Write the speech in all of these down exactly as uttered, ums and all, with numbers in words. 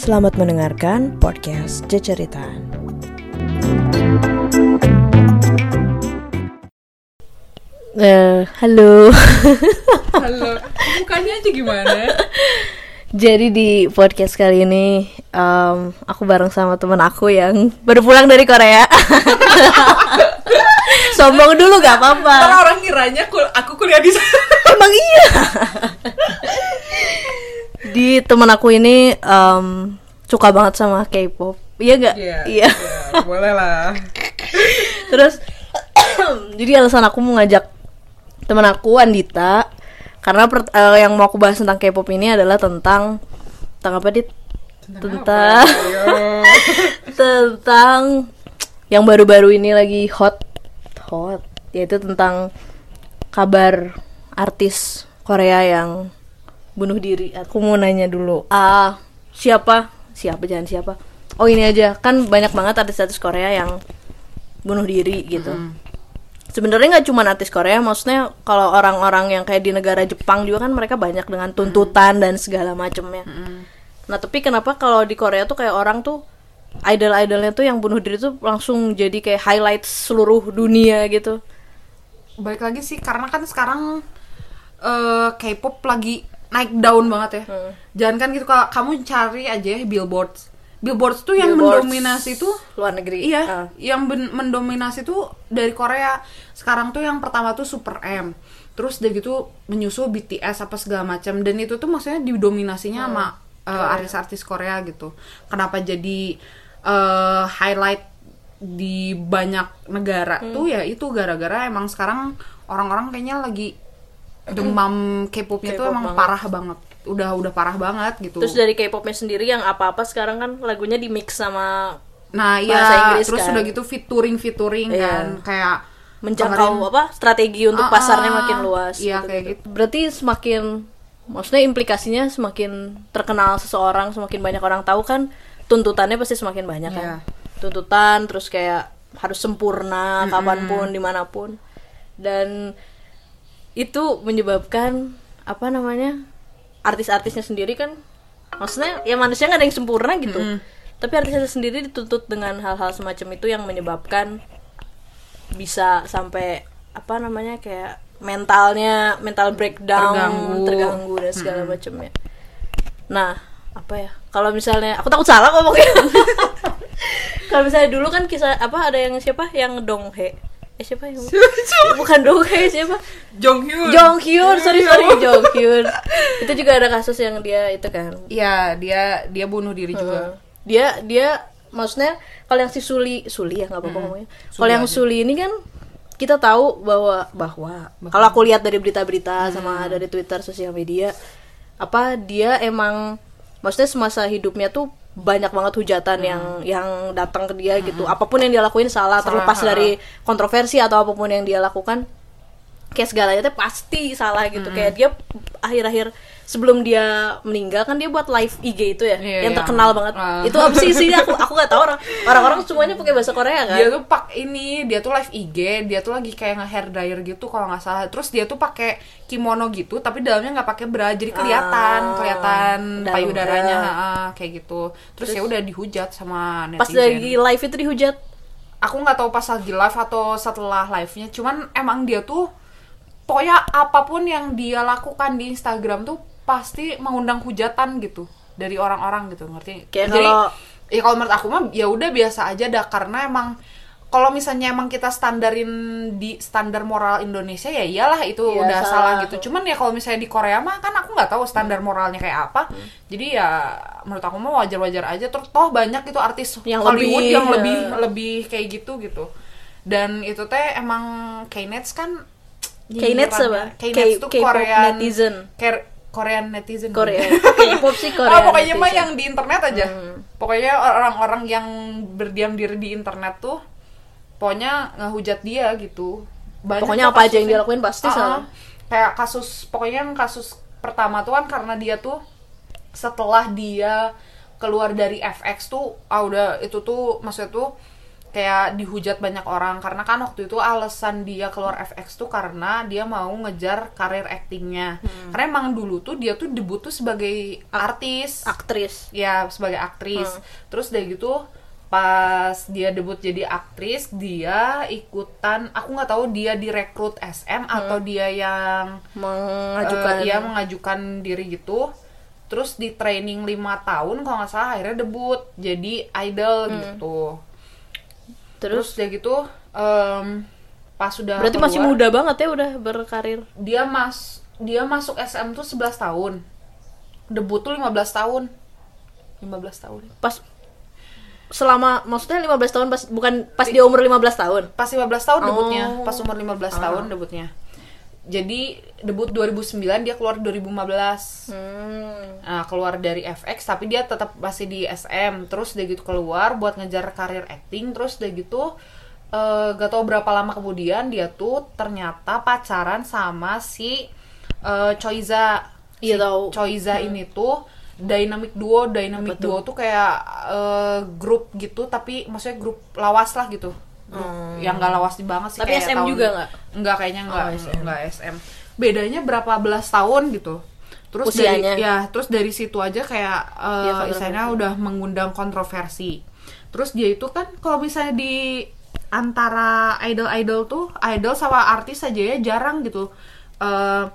Selamat mendengarkan podcast Ceceritaan. Uh, halo. Halo. Bukannya aja gimana? Jadi di podcast kali ini um, aku bareng sama teman aku yang baru pulang dari Korea. Sombong dulu gak apa-apa. Orang-orang kiranya kul- aku kuliah di sana. Emang iya. Di teman aku ini um, suka banget sama K-pop. Iya gak? Iya. Iya. Ya, boleh lah. Terus jadi alasan aku mau ngajak teman aku Andita karena per, uh, yang mau aku bahas tentang K-pop ini adalah tentang tentang apa dit? Tentang, tentang tentang yang baru-baru ini lagi hot hot yaitu tentang kabar artis Korea yang bunuh diri. Aku mau nanya dulu. Ah, siapa? Siapa jangan siapa. Oh, ini aja. Kan banyak banget artis-artis Korea yang bunuh diri gitu. Mm. Sebenarnya nggak cuma artis Korea, maksudnya kalau orang-orang yang kayak di negara Jepang juga kan mereka banyak dengan tuntutan mm. dan segala macamnya. Mm. Nah, tapi kenapa kalau di Korea tuh kayak orang tuh idol-idolnya tuh yang bunuh diri tuh langsung jadi kayak highlight seluruh dunia gitu. Balik lagi sih karena kan sekarang uh, K-pop lagi naik daun banget ya. Hmm. Jangan kan gitu, kalau kamu cari aja ya billboards. Billboards tuh yang Billboards mendominasi tuh luar negeri. Iya, uh. yang ben- mendominasi tuh dari Korea. Sekarang tuh yang pertama tuh Super M. Terus udah gitu menyusul B T S apa segala macam, dan itu tuh maksudnya didominasinya hmm. sama uh, artis-artis Korea gitu. Kenapa jadi uh, highlight di banyak negara hmm. tuh ya itu gara-gara emang sekarang orang-orang kayaknya lagi demam K-popnya K-pop tuh emang banget. parah banget, udah udah parah banget gitu. Terus dari K-popnya sendiri yang apa-apa sekarang kan lagunya di mix sama nah iya, terus kan. Udah gitu featuring featuring iya. kan kayak menjangkau kemarin, apa strategi untuk uh, pasarnya makin luas. Iya gitu, kayak gitu. gitu. Berarti semakin, maksudnya implikasinya semakin terkenal seseorang, semakin banyak orang tahu kan tuntutannya pasti semakin banyak yeah. kan. Tuntutan terus kayak harus sempurna mm-hmm. kapanpun dimanapun, dan itu menyebabkan apa namanya artis-artisnya sendiri kan, maksudnya ya manusia nggak ada yang sempurna gitu, mm-hmm. tapi artisnya sendiri dituntut dengan hal-hal semacam itu yang menyebabkan bisa sampai apa namanya kayak mentalnya mental breakdown, terganggu, terganggu dan segala mm-hmm. macamnya. Nah apa ya kalau misalnya aku takut salah ngomongnya. Kalau misalnya dulu kan kisah apa ada yang siapa yang Donghae eh siapa yang bukan Donghae siapa Jonghyun Jonghyun sorry sorry Jonghyun itu juga ada kasus yang dia itu kan iya dia dia bunuh diri hmm. juga dia dia maksudnya kalau yang si Suli Suli ya nggak apa-apa hmm. ngomongnya kalau yang Suli ini kan kita tahu bahwa bahwa kalau aku lihat dari berita-berita hmm. sama dari Twitter sosial media apa dia emang maksudnya semasa hidupnya tuh banyak banget hujatan hmm. yang yang datang ke dia gitu. Hmm. Apapun yang dia lakuin salah, salah terlepas ha. dari kontroversi atau apapun yang dia lakukan, kayak segalanya tuh pasti salah gitu. Hmm. Kayak dia akhir-akhir sebelum dia meninggal kan dia buat live I G itu ya, yeah, yang yeah. terkenal banget. Uh. Itu apa sih isinya? Aku aku nggak tahu orang orang-orang semuanya pakai bahasa Korea kan. Dia tuh pak ini dia tuh live I G, dia tuh lagi kayak nge-hair dryer gitu kalau nggak salah. Terus dia tuh pakai kimono gitu, tapi dalamnya nggak pakai bra, jadi kelihatan uh, kelihatan payudaranya uh, kayak gitu. Terus, Terus ya udah dihujat sama netizen. Pas lagi live itu dihujat. Aku nggak tahu pas lagi live atau setelah live-nya. Cuman emang dia tuh pokoknya apapun yang dia lakukan di Instagram tuh pasti mengundang hujatan gitu dari orang-orang gitu, ngerti? Kayak jadi kalau ya kalau menurut aku mah ya udah biasa aja dah, karena emang kalau misalnya emang kita standarin di standar moral Indonesia ya iyalah itu ya, udah salah, salah gitu. Cuman ya kalau misalnya di Korea mah kan aku nggak tahu standar moralnya kayak apa. Hmm. Jadi ya menurut aku mah wajar-wajar aja. Terus toh banyak itu artis yang Hollywood lebih, yang ya. lebih lebih kayak gitu gitu. Dan itu teh emang K-nets kan K-nets apa? K-nets tuh Korean netizen. Korean netizen Korea K-pop sih Korea. Oh, pokoknya mah yang di internet aja. Hmm. Pokoknya orang-orang yang berdiam diri di internet tuh pokoknya ngehujat dia gitu. Banyak pokoknya apa aja yang dia lakuin pasti uh-uh. salah. Kayak kasus pokoknya yang kasus pertama tuh kan karena dia tuh setelah dia keluar dari F X tuh ah udah itu tuh maksudnya tuh kayak dihujat banyak orang karena kan waktu itu alasan dia keluar F X tuh karena dia mau ngejar karir aktingnya. Hmm. Karena emang dulu tuh dia tuh debut tuh sebagai artis, aktris. Ya, sebagai aktris. Hmm. Terus dari gitu pas dia debut jadi aktris, dia ikutan, aku nggak tahu dia direkrut S M hmm. atau dia yang mengajukan uh, dia mengajukan diri gitu. Terus di training lima tahun kalau nggak salah akhirnya debut jadi idol hmm. gitu. Terus, Terus dia gitu um, pas sudah berarti keluar, masih muda banget ya udah berkarir. Dia mas dia masuk S M tuh sebelas tahun. Debut tuh lima belas tahun. lima belas tahun. Pas selama maksudnya lima belas tahun pas bukan pas dia umur lima belas tahun. Pas lima belas tahun debutnya, oh. Pas umur lima belas uh-huh. tahun debutnya. Jadi debut dua ribu sembilan, dia keluar dua ribu lima belas. Hmm. Nah, keluar dari F X tapi dia tetap masih di S M. Terus dia gitu keluar buat ngejar karir acting. Terus dia gitu uh, gak tau berapa lama kemudian dia tuh ternyata pacaran sama si uh, Choiza. Iya si tahu. Choiza hmm. ini tuh dynamic duo, dynamic duo tuh kayak uh, grup gitu tapi maksudnya grup lawas lah gitu. Hmm. Yang nggak lawas banget sih. Tapi kayak S M tahun, juga nggak? Nggak, kayaknya nggak. Oh, S M. Nggak S M. Bedanya berapa belas tahun gitu. Terus usianya. dari ya terus dari situ aja kayak uh, misalnya udah mengundang kontroversi. Terus dia itu kan kalau misalnya di antara idol-idol tuh, idol sama artis aja ya jarang gitu uh,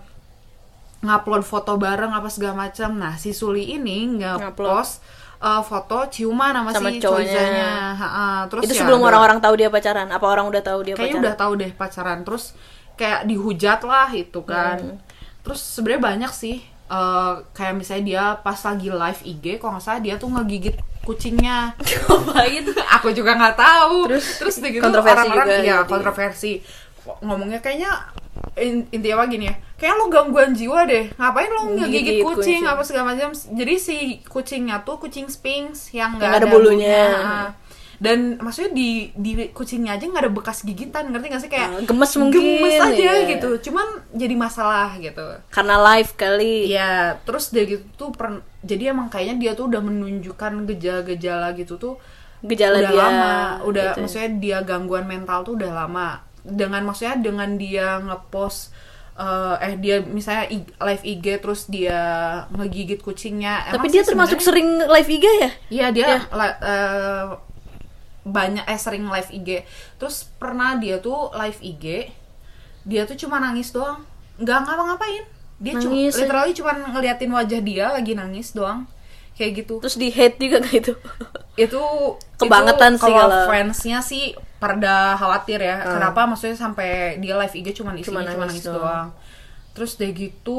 ngupload foto bareng apa segala macam. Nah si Suli ini nge-post Uh, foto ciuman sama, sama si Choizanya. Terus itu ya sebelum ada, orang-orang tahu dia pacaran? Apa orang udah tahu dia kayaknya pacaran? Udah tahu deh pacaran. Terus kayak dihujat lah itu kan. Hmm. Terus sebenarnya banyak sih. Uh, kayak misalnya dia pas lagi live I G, kalau nggak salah dia tuh ngegigit kucingnya. Ngapain? Aku juga nggak tahu. Terus, terus gitu kontroversi orang-orang juga, ya jadi. kontroversi. Ngomongnya kayaknya intinya apa gini ya, kayak lo gangguan jiwa deh, ngapain lo ngegigit kucing, kucing apa segala macam. Jadi si kucingnya tuh kucing Sphinx yang nggak ada, ada bulunya, bulunya. Dan maksudnya di di kucingnya aja nggak ada bekas gigitan, ngerti nggak sih, kayak uh, gemes mungkin gemes aja ya. Gitu, cuman jadi masalah gitu karena live kali ya. Terus dia gitu tuh per, jadi emang kayaknya dia tuh udah menunjukkan gejala-gejala gitu tuh gejala udah dia lama, udah gitu. Maksudnya dia gangguan mental tuh udah lama. Dengan maksudnya dengan dia ngepost uh, eh dia misalnya I, live I G terus dia ngegigit kucingnya. Tapi dia termasuk sering live I G ya? Iya dia ya. La, uh, banyak eh sering live I G. Terus pernah dia tuh live I G, dia tuh cuma nangis doang, nggak ngapa-ngapain. Dia cuma literally cuma ngeliatin wajah dia lagi nangis doang. Kayak gitu. Terus di hate juga kayak itu. Itu kebangetan itu, sih kalau fansnya sih pada khawatir ya. Hmm. Kenapa maksudnya sampai dia live I G cuma isinya cuma nangis, nangis doang. doang. Terus deh gitu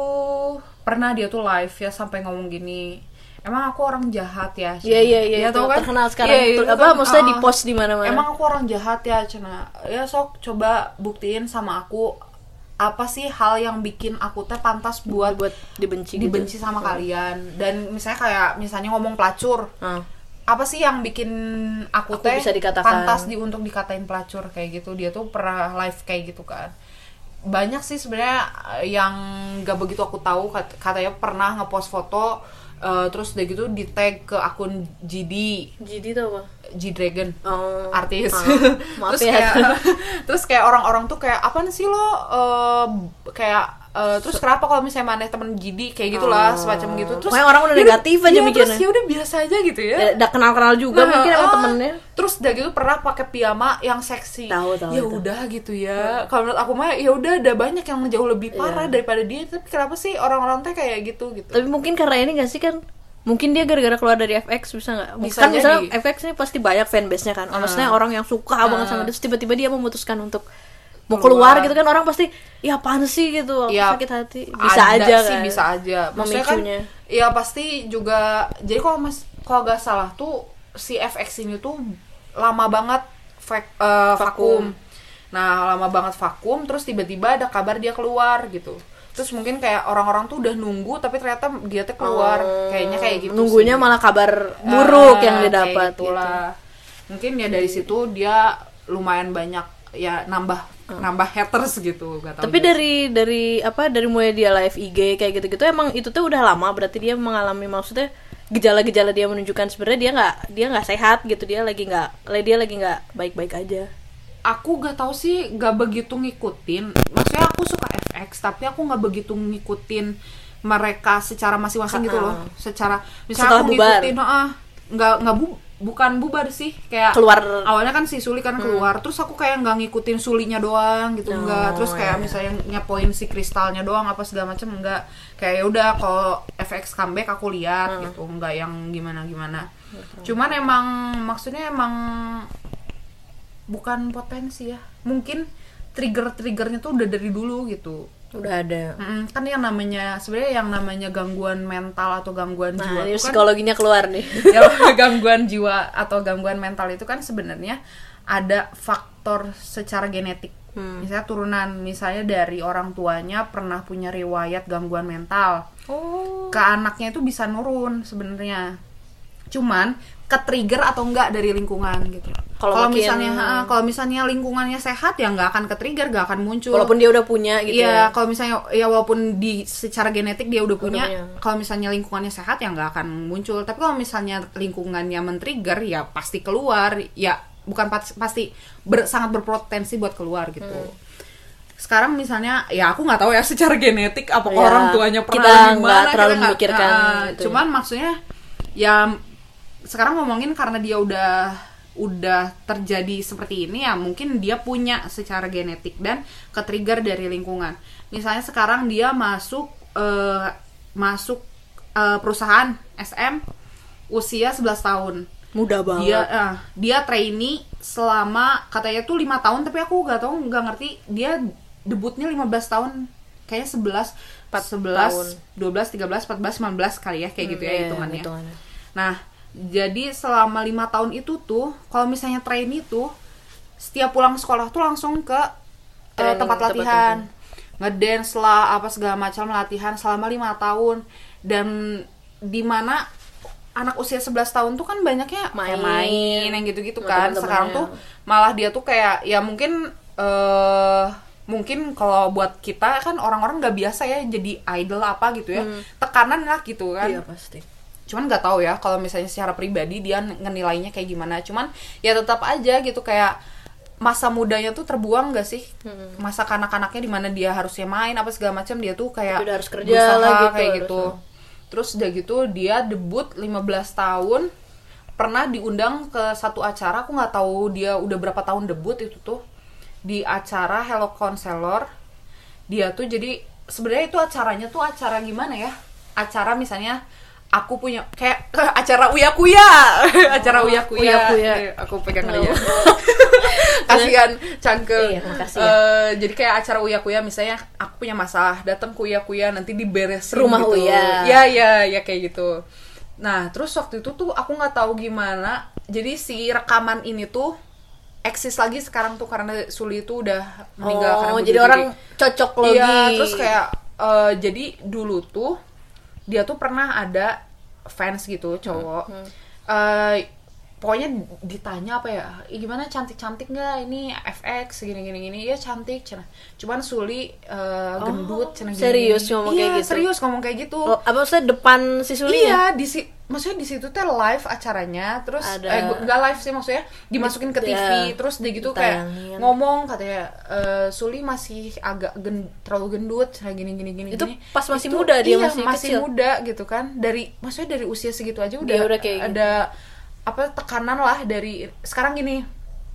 pernah dia tuh live ya sampai ngomong gini, emang aku orang jahat ya? Iya iya iya. Ya, tahu kan? Terkenal sekarang. Ya, itu apa kan, maksudnya uh, di post di mana-mana. Emang aku orang jahat ya, Cina? Ya sok coba buktiin sama aku apa sih hal yang bikin aku teh pantas buat buat dibenci dibenci gitu. sama hmm. kalian. Dan misalnya kayak misalnya ngomong pelacur. Hmm. Apa sih yang bikin aku, aku teh pantas di untuk dikatain pelacur kayak gitu. Dia tuh pernah live kayak gitu kan. Banyak sih sebenarnya yang gak begitu aku tahu, katanya pernah ngepost foto uh, terus udah gitu di tag ke akun G D. G D tuh apa? G-Dragon, oh, artis. ah, terus ya. kayak terus kayak orang-orang tuh kayak apaan sih lo uh, kayak uh, terus kenapa kalau misalnya maneh temen G D kayak gitulah, oh. semacam gitu. Terus pokoknya orang udah negatif aja iya, mikirnya. Terus ya udah biasa aja gitu ya. Ya udah kenal-kenal juga nah, mungkin sama uh, temennya. Terus udah gitu pernah pakai piyama yang seksi. Tahu, tahu, ya udah gitu ya. Hmm. Kalau menurut aku mah ya udah ada banyak yang jauh lebih parah yeah. daripada dia. Tapi kenapa sih orang-orang teh kayak gitu gitu? Tapi mungkin karena ini nggak sih kan? Mungkin dia gara-gara keluar dari F X bisa nggak? Bisa kan jadi. Misalnya F X ini pasti banyak fanbase-nya kan. Uh. Maksudnya orang yang suka uh. banget sama dia, terus tiba-tiba dia memutuskan untuk mau keluar, keluar gitu kan, orang pasti ya apaan sih gitu, ya, sakit hati. Bisa aja sih, kan. Bisa aja. Maksudnya kan ya pasti juga. Jadi kalau mas kalau nggak salah tuh si F X ini tuh lama banget fak, uh, vakum. Nah lama banget vakum, terus tiba-tiba ada kabar dia keluar gitu. Terus mungkin kayak orang-orang tuh udah nunggu tapi ternyata dia tuh keluar. Oh, kayaknya kayak gitu nunggunya sih. Malah kabar buruk uh, yang dia dapat gitu. Mungkin ya dari situ dia lumayan banyak ya nambah uh. nambah haters gitu, gak tahu. Tapi juga. dari dari apa dari mulai dia live I G kayak gitu-gitu emang itu tuh udah lama, berarti dia mengalami maksudnya gejala-gejala dia menunjukkan sebenarnya dia nggak dia nggak sehat gitu, dia lagi nggak dia lagi nggak baik-baik aja. Aku gak tahu sih, gak begitu ngikutin. Maksudnya aku suka F X, tapi aku gak begitu ngikutin mereka secara masing-masing gitu loh. Secara misalnya Setelah aku bubar. ngikutin, ah nggak nggak bu, bukan bubar sih, kayak Keluar. Awalnya kan si Suli kan keluar, hmm. terus aku kayak nggak ngikutin Sulinya doang gitu, Oh, enggak. Terus kayak iya. misalnya ngepoin si kristalnya doang apa segala macam, enggak. Kayak ya udah kalau F X comeback aku lihat Hmm. gitu, enggak yang gimana-gimana. Cuman emang maksudnya emang bukan potensi ya, mungkin trigger-triggernya tuh udah dari dulu gitu. Udah ada. Mm-mm, kan yang namanya sebenarnya yang namanya gangguan mental atau gangguan Nah, jiwa ini itu kan psikologinya keluar nih. ya, gangguan jiwa atau gangguan mental itu kan sebenarnya ada faktor secara genetik. Hmm. Misalnya turunan, misalnya dari orang tuanya pernah punya riwayat gangguan mental. Oh. Ke anaknya itu bisa nurun sebenarnya. Cuman ke-trigger atau enggak dari lingkungan gitu. Kalau Kalau makin- misalnya ha, kalau misalnya lingkungannya sehat ya nggak akan ke-trigger, nggak akan muncul. Walaupun dia udah punya gitu. Iya, ya. kalau misalnya ya walaupun di secara genetik dia udah punya, punya. kalau misalnya lingkungannya sehat ya nggak akan muncul. Tapi kalau misalnya lingkungannya men-trigger ya pasti keluar, ya bukan pas- pasti ber, sangat berpotensi buat keluar gitu. Hmm. Sekarang misalnya ya aku nggak tahu ya secara genetik apa Ya, orang tuanya kita pernah nggak gimana, terlalu nggak- memikirkan uh, gitu ya. cuman maksudnya ya sekarang ngomongin karena dia udah udah terjadi seperti ini ya mungkin dia punya secara genetik dan ke-trigger dari lingkungan. Misalnya sekarang dia masuk uh, masuk uh, perusahaan S M usia sebelas tahun. Mudah banget. Dia uh, dia trainee selama katanya tuh lima tahun, tapi aku nggak tahu, nggak ngerti dia debutnya lima belas tahun, kayaknya sebelas, sebelas, dua belas, tiga belas, empat belas, sembilan belas kali ya kayak gitu ya iya, hitungannya. hitungannya. Nah, jadi selama lima tahun itu tuh kalau misalnya trainee tuh setiap pulang sekolah tuh langsung ke uh, Training, tempat tempat latihan, ngedance lah apa segala macam, latihan selama lima tahun. Dan dimana anak usia sebelas tahun tuh kan banyaknya Main. main yang gitu-gitu Sama kan. teman-temannya. Sekarang tuh malah dia tuh kayak ya mungkin eh mungkin kalau buat kita kan orang-orang nggak biasa ya jadi idol apa gitu ya, Hmm. tekanan lah gitu kan. Iya pasti. Cuman nggak tahu ya kalau misalnya secara pribadi dia ngenilainya kayak gimana. Cuman ya tetap aja gitu, kayak masa mudanya tuh terbuang gak sih? Hmm. Masa kanak-kanaknya di mana dia harusnya main apa segala macam, dia tuh kayak Tapi udah harus kerja berusaha lah gitu, kayak harus- gitu. Terus udah gitu dia debut lima belas tahun, pernah diundang ke satu acara, aku nggak tahu dia udah berapa tahun debut itu tuh, di acara Hello Counselor. Dia tuh jadi sebenarnya itu acaranya tuh acara gimana ya? Acara misalnya aku punya kayak acara Uya Kuya, acara Uya Kuya. Uya Kuya. Eh, Aku pegang Oh. aja. Kasihan cangkel. Iya, makasih ya. Eh, jadi kayak acara Uya Kuya, misalnya aku punya masalah, datang ke Uya Kuya, nanti diberesin Rumah gitu. Uya. Ya ya ya kayak gitu. Nah, terus waktu itu tuh aku nggak tahu gimana. Jadi si rekaman ini tuh eksis lagi sekarang tuh karena Suli itu udah meninggal karena Oh, bunuh jadi diri. orang cocok logi. Iya, terus kayak eh, jadi dulu tuh dia tuh pernah ada fans gitu cowok. Hmm. Eh, pokoknya ditanya apa ya, "Ih, gimana cantik-cantik nggak ini F X gini-gini gini?" Ya cantik, cina. Cuman Suli eh, gendut, cina gini. serius ngomong iya, kayak gitu? serius ngomong kayak gitu. Oh, apa maksudnya depan si Suli ya? Iya, di si maksudnya di situ tuh live acaranya, terus Ada- eh gua- nggak live sih maksudnya, dimasukin ke T V, Ya, terus dia gitu kayak ditayangin. ngomong katanya eh, Suli masih agak gen, terlalu gendut, kayak gini gini gini. Itu gini. pas masih muda, dia iya, masih masih kecil. muda gitu kan. Dari maksudnya dari usia segitu aja udah, Dia udah kayak gitu. ada apa tekanan lah dari sekarang gini.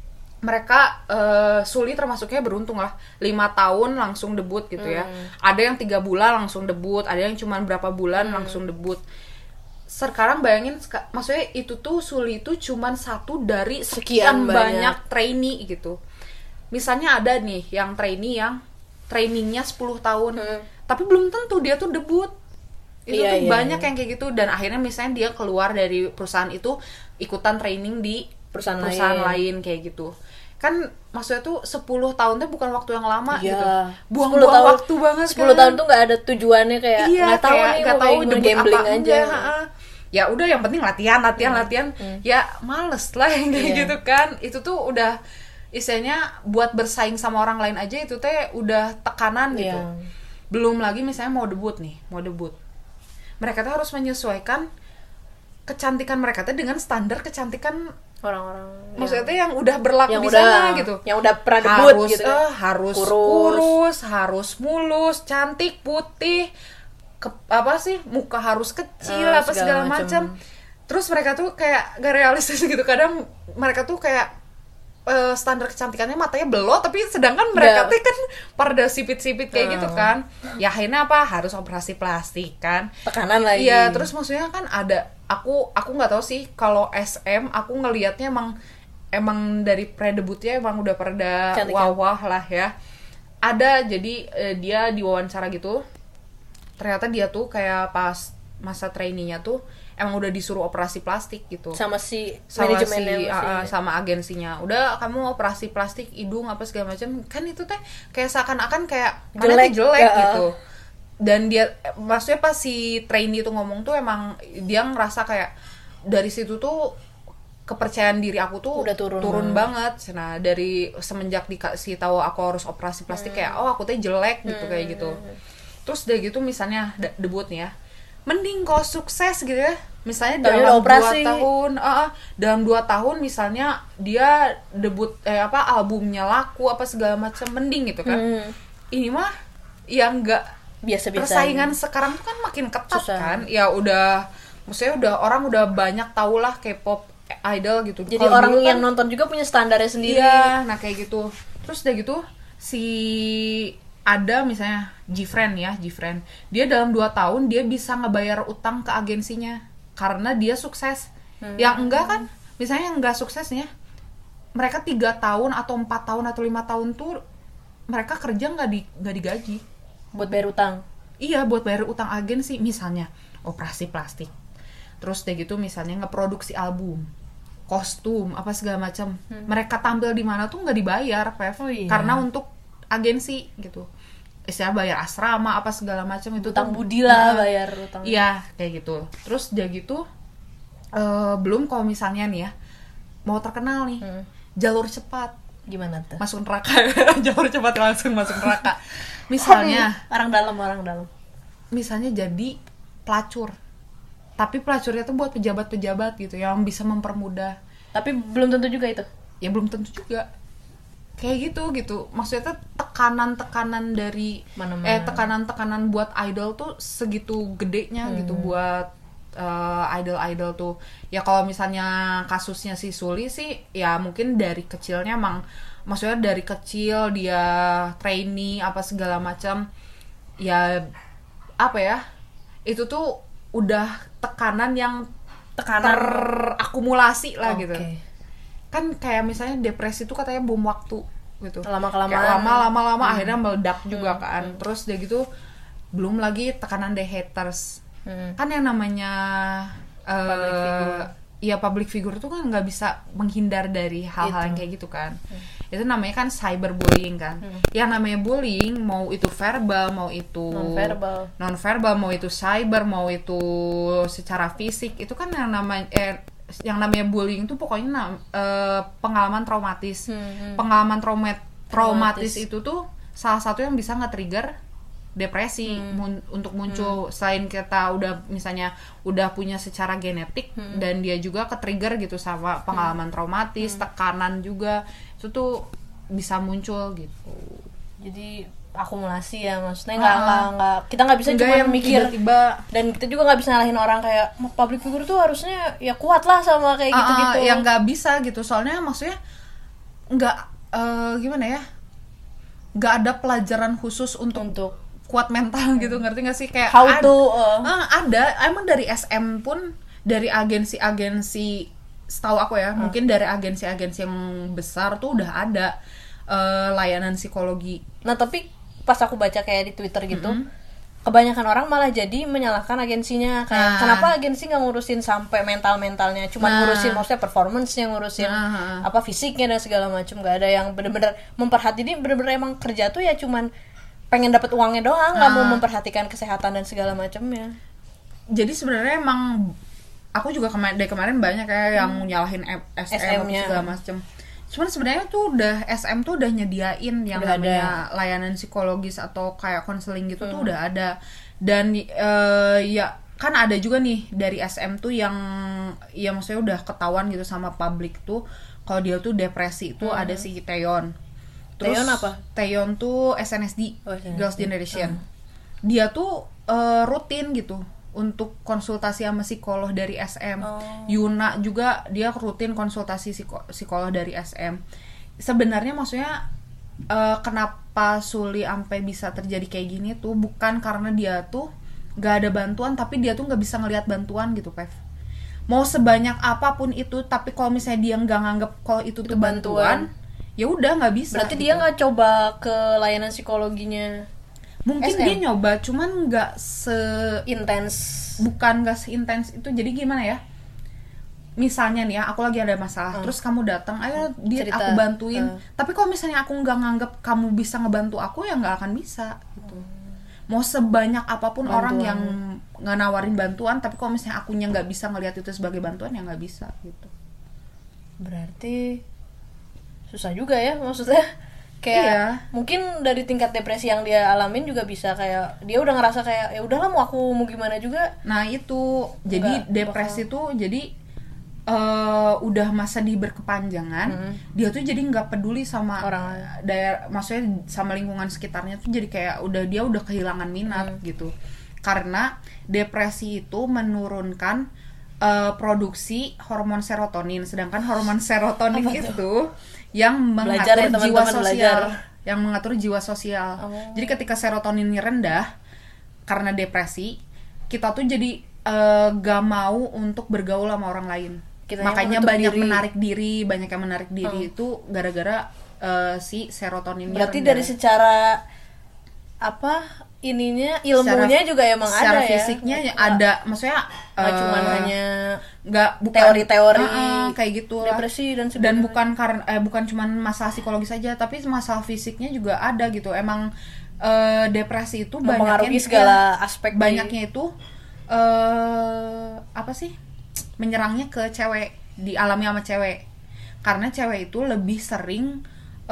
Mereka eh, Suli termasuknya beruntung lah, lima tahun langsung debut gitu ya. Hmm. Ada yang tiga bulan langsung debut, ada yang cuma berapa bulan Hmm. langsung debut. Sekarang bayangin, seka- maksudnya itu tuh Suli itu cuman satu dari sekian Sekian banyak. banyak trainee gitu. Misalnya ada nih yang trainee yang trainingnya sepuluh tahun, Hmm. tapi belum tentu dia tuh debut. Itu Iya, tuh iya, banyak iya. yang kayak gitu, dan akhirnya misalnya dia keluar dari perusahaan itu ikutan training di Perusahaan lain. lain. kayak gitu. Kan maksudnya tuh sepuluh tahun tuh bukan waktu yang lama Iya. gitu. sepuluh Buang-buang tahun, waktu banget sepuluh kan. tahun tuh nggak ada tujuannya, kayak Iya, nggak tahu kayak nih nggak mau tahu kayak gimana, debut gambling apa aja. enggak, ha-ha. Ya udah yang penting latihan, latihan, latihan. Ya males lah yang kayak Iya. gitu kan. Itu tuh udah istilahnya buat bersaing sama orang lain aja itu teh udah tekanan gitu. Iya. Belum lagi misalnya mau debut nih, mau debut. Mereka tuh harus menyesuaikan kecantikan mereka tuh dengan standar kecantikan orang-orang maksudnya yang, yang udah berlaku yang di udah, sana gitu. Yang udah pernah debut harus, gitu. Uh, harus kurus. kurus, harus mulus, cantik, putih, ke, apa sih muka harus kecil uh, apa segala, segala macam. Terus mereka tuh kayak gak realistis gitu. Kadang mereka tuh kayak Uh, standar kecantikannya matanya belok, tapi sedangkan mereka tuh kan pada sipit-sipit kayak uh. gitu kan. Ya akhirnya apa? Harus operasi plastik kan. Tekanan lagi. Iya, terus maksudnya kan ada aku aku nggak tahu sih kalau S M aku ngelihatnya emang emang dari pre-debutnya emang udah pada wah-wah lah ya. Ada jadi uh, dia diwawancara gitu. Ternyata dia tuh kayak pas masa trainee-nya tuh emang udah disuruh operasi plastik gitu sama si sama si uh, sama agensinya, udah kamu operasi plastik hidung apa segala macam kan. Itu teh kayak seakan-akan kayak jelek, jelek ya. Gitu. Dan dia maksudnya pas si trainee itu ngomong tuh emang dia ngerasa kayak dari situ tuh kepercayaan diri aku tuh udah turun, turun banget. Nah dari semenjak dikasih tahu aku harus operasi plastik hmm. kayak oh aku tuh jelek gitu hmm. kayak gitu. Terus dari gitu misalnya debut nih ya, mending kalau sukses gitu ya, misalnya Tadi dalam dua tahun uh, dalam dua tahun misalnya dia debut eh apa albumnya laku apa segala macam, mending gitu kan. hmm. Ini mah yang enggak biasa-biasa, persaingan sekarang tuh kan makin ketat. Susah. Kan ya udah maksudnya udah orang udah banyak tau lah K-pop idol gitu. Jadi kalo orang yang kan, nonton juga punya standarnya sendiri. Iya, nah kayak gitu. Terus udah gitu si ada misalnya Gfriend ya, Gfriend. Dia dalam dua tahun dia bisa ngebayar utang ke agensinya karena dia sukses. Hmm. Yang enggak kan, misalnya yang enggak suksesnya, mereka tiga tahun atau empat tahun atau lima tahun tuh mereka kerja nggak di nggak digaji. Buat bayar utang. Iya, buat bayar utang agensi, misalnya operasi plastik. Terus deh gitu misalnya ngeproduksi album, kostum apa segala macam. Hmm. Mereka tampil di mana tuh nggak dibayar, Pev. Oh, iya. Karena untuk agensi gitu, istilah bayar asrama apa segala macam itu utang budi lah, bayar utang. Iya kayak gitu. Terus dia gitu uh, belum kalau misalnya nih ya mau terkenal nih, hmm. jalur cepat gimana tuh? Masuk neraka. Jalur cepat langsung masuk neraka. Misalnya orang dalam orang dalam. Misalnya jadi pelacur, tapi pelacurnya tuh buat pejabat-pejabat gitu yang bisa mempermudah. Tapi belum tentu juga itu. Ya belum tentu juga. Kayak gitu gitu, maksudnya tuh tekanan-tekanan dari Mana-mana. eh tekanan-tekanan buat idol tuh segitu gedenya hmm. gitu buat uh, idol-idol tuh. Ya kalau misalnya kasusnya si Suli sih ya mungkin dari kecilnya emang, maksudnya dari kecil dia trainee apa segala macam ya, apa ya, itu tuh udah tekanan yang tekanan terakumulasi lah okay. gitu. Kan kayak misalnya depresi itu katanya bom waktu gitu. Lama-kelamaan. Lama-lama-lama hmm. akhirnya meledak juga hmm. kan. Hmm. Terus dia gitu belum lagi tekanan dari haters. Hmm. Kan yang namanya public uh, figure. Ya public figure tuh kan nggak bisa menghindar dari hal-hal itu. Yang kayak gitu kan. Hmm. Itu namanya kan cyberbullying kan. Hmm. Yang namanya bullying mau itu verbal, mau itu non-verbal. Non-verbal, mau itu cyber, mau itu secara fisik, itu kan yang namanya eh, yang namanya bullying itu pokoknya na- uh, pengalaman traumatis. Hmm. Pengalaman traumat traumatis itu tuh salah satu yang bisa nge-trigger depresi hmm. mun- untuk muncul. Hmm. Selain kita udah misalnya udah punya secara genetik hmm. dan dia juga ke-trigger gitu sama pengalaman hmm. traumatis, hmm. tekanan juga itu tuh bisa muncul gitu. Jadi akumulasi ya, maksudnya nggak nggak nggak kita nggak bisa cuma mikir tiba-tiba, dan kita juga nggak bisa nyalahin orang kayak public figure tuh harusnya ya kuat lah sama kayak gitu-gitu. Uh, yang nggak bisa gitu, soalnya maksudnya nggak uh, gimana ya, nggak ada pelajaran khusus untuk, untuk kuat mental gitu, ngerti nggak sih kayak how ad, to uh. Uh, ada emang dari S M pun, dari agensi-agensi setahu aku ya, uh. mungkin dari agensi-agensi yang besar tuh udah ada uh, layanan psikologi. Nah tapi pas aku baca kayak di Twitter gitu, mm-hmm. kebanyakan orang malah jadi menyalahkan agensinya kayak nah. kenapa agensi nggak ngurusin sampai mental-mentalnya, cuma nah. ngurusin maksudnya performance-nya, ngurusin nah. apa fisiknya dan segala macam, nggak ada yang benar-benar memperhatiin. Benar-benar emang kerja tuh ya cuman pengen dapat uangnya doang, nggak nah. mau memperhatikan kesehatan dan segala macamnya. Jadi sebenarnya emang aku juga kema- dari kemarin banyak kayak hmm. yang nyalahin S M segala macam. Cuman sebenarnya tuh udah S M tuh udah nyediain yang udah namanya ada layanan psikologis atau kayak konseling gitu, hmm. tuh udah ada. Dan uh, ya kan ada juga nih dari S M tuh yang ya maksudnya udah ketahuan gitu sama publik tuh kalau dia tuh depresi tuh hmm. ada si Taeyeon. Terus Taeyeon apa? Taeyeon tuh S N S D, oh, S N S D. Girls' Generation. Hmm. Dia tuh uh, rutin gitu untuk konsultasi sama psikolog dari S M. Oh. Yuna juga dia rutin konsultasi psiko- psikolog dari S M. Sebenarnya maksudnya uh, kenapa Suli sampai bisa terjadi kayak gini tuh bukan karena dia tuh gak ada bantuan, tapi dia tuh gak bisa ngelihat bantuan gitu, Pev. Mau sebanyak apapun itu, tapi kalau misalnya dia nggak nganggap kalau itu, itu tuh bantuan, ya udah nggak bisa. Berarti gitu. Dia nggak coba ke layanan psikologinya. Mungkin S M. Dia nyoba, cuman nggak se intens. Bukan nggak seintens itu. Jadi gimana ya? Misalnya nih ya, aku lagi ada masalah, hmm. terus kamu datang, ayo dia Cerita. aku bantuin. Hmm. Tapi kalau misalnya aku nggak nganggap kamu bisa ngebantu aku, ya nggak akan bisa. Gitu. Mau sebanyak apapun bantuan. Orang yang nggak nawarin bantuan, tapi kalau misalnya akunya nggak bisa ngelihat itu sebagai bantuan, ya nggak bisa gitu. Berarti susah juga ya, maksudnya kayak iya. Mungkin dari tingkat depresi yang dia alamin juga bisa kayak dia udah ngerasa kayak ya udahlah mau aku mau gimana juga. Nah itu jadi Enggak, depresi bakal. Tuh jadi uh, udah masa di berkepanjangan, hmm. dia tuh jadi nggak peduli sama orang daerah, maksudnya sama lingkungan sekitarnya tuh jadi kayak udah dia udah kehilangan minat hmm. gitu. Karena depresi itu menurunkan uh, produksi hormon serotonin, sedangkan hormon serotonin itu yang mengatur ya, jiwa sosial, belajar. yang mengatur jiwa sosial. Oh. Jadi ketika serotoninnya rendah karena depresi, kita tuh jadi uh, gak mau untuk bergaul sama orang lain. Kita makanya banyak diri. menarik diri, banyak yang menarik diri hmm. itu gara-gara uh, si serotoninnya Berarti rendah. Dari secara apa ininya ilmunya secara, juga emang secara ada fisiknya ya ada, maksudnya nggak uh, cuma hanya nggak bukan teori-teori uh, uh, kayak gitu depresi dan sebagainya. Dan bukan karena eh, bukan cuma masalah psikologis saja, tapi masalah fisiknya juga ada gitu. Emang uh, depresi itu mempengaruhi segala ya, aspek banyaknya di... itu uh, apa sih menyerangnya ke cewek, dialami sama cewek, karena cewek itu lebih sering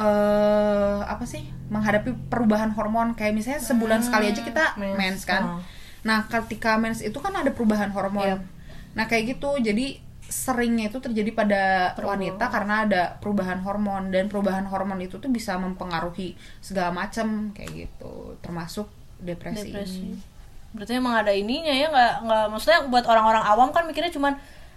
uh, apa sih menghadapi perubahan hormon. Kayak misalnya sebulan hmm, sekali aja kita mens, mens kan. Oh. Nah, ketika mens itu kan ada perubahan hormon. Yep. Nah, kayak gitu. Jadi seringnya itu terjadi pada Perlu. wanita karena ada perubahan hormon, dan perubahan hormon itu tuh bisa mempengaruhi segala macam kayak gitu, termasuk depresi. Depresi. Berarti emang ada ininya ya, nggak nggak maksudnya buat orang-orang awam kan mikirnya cuman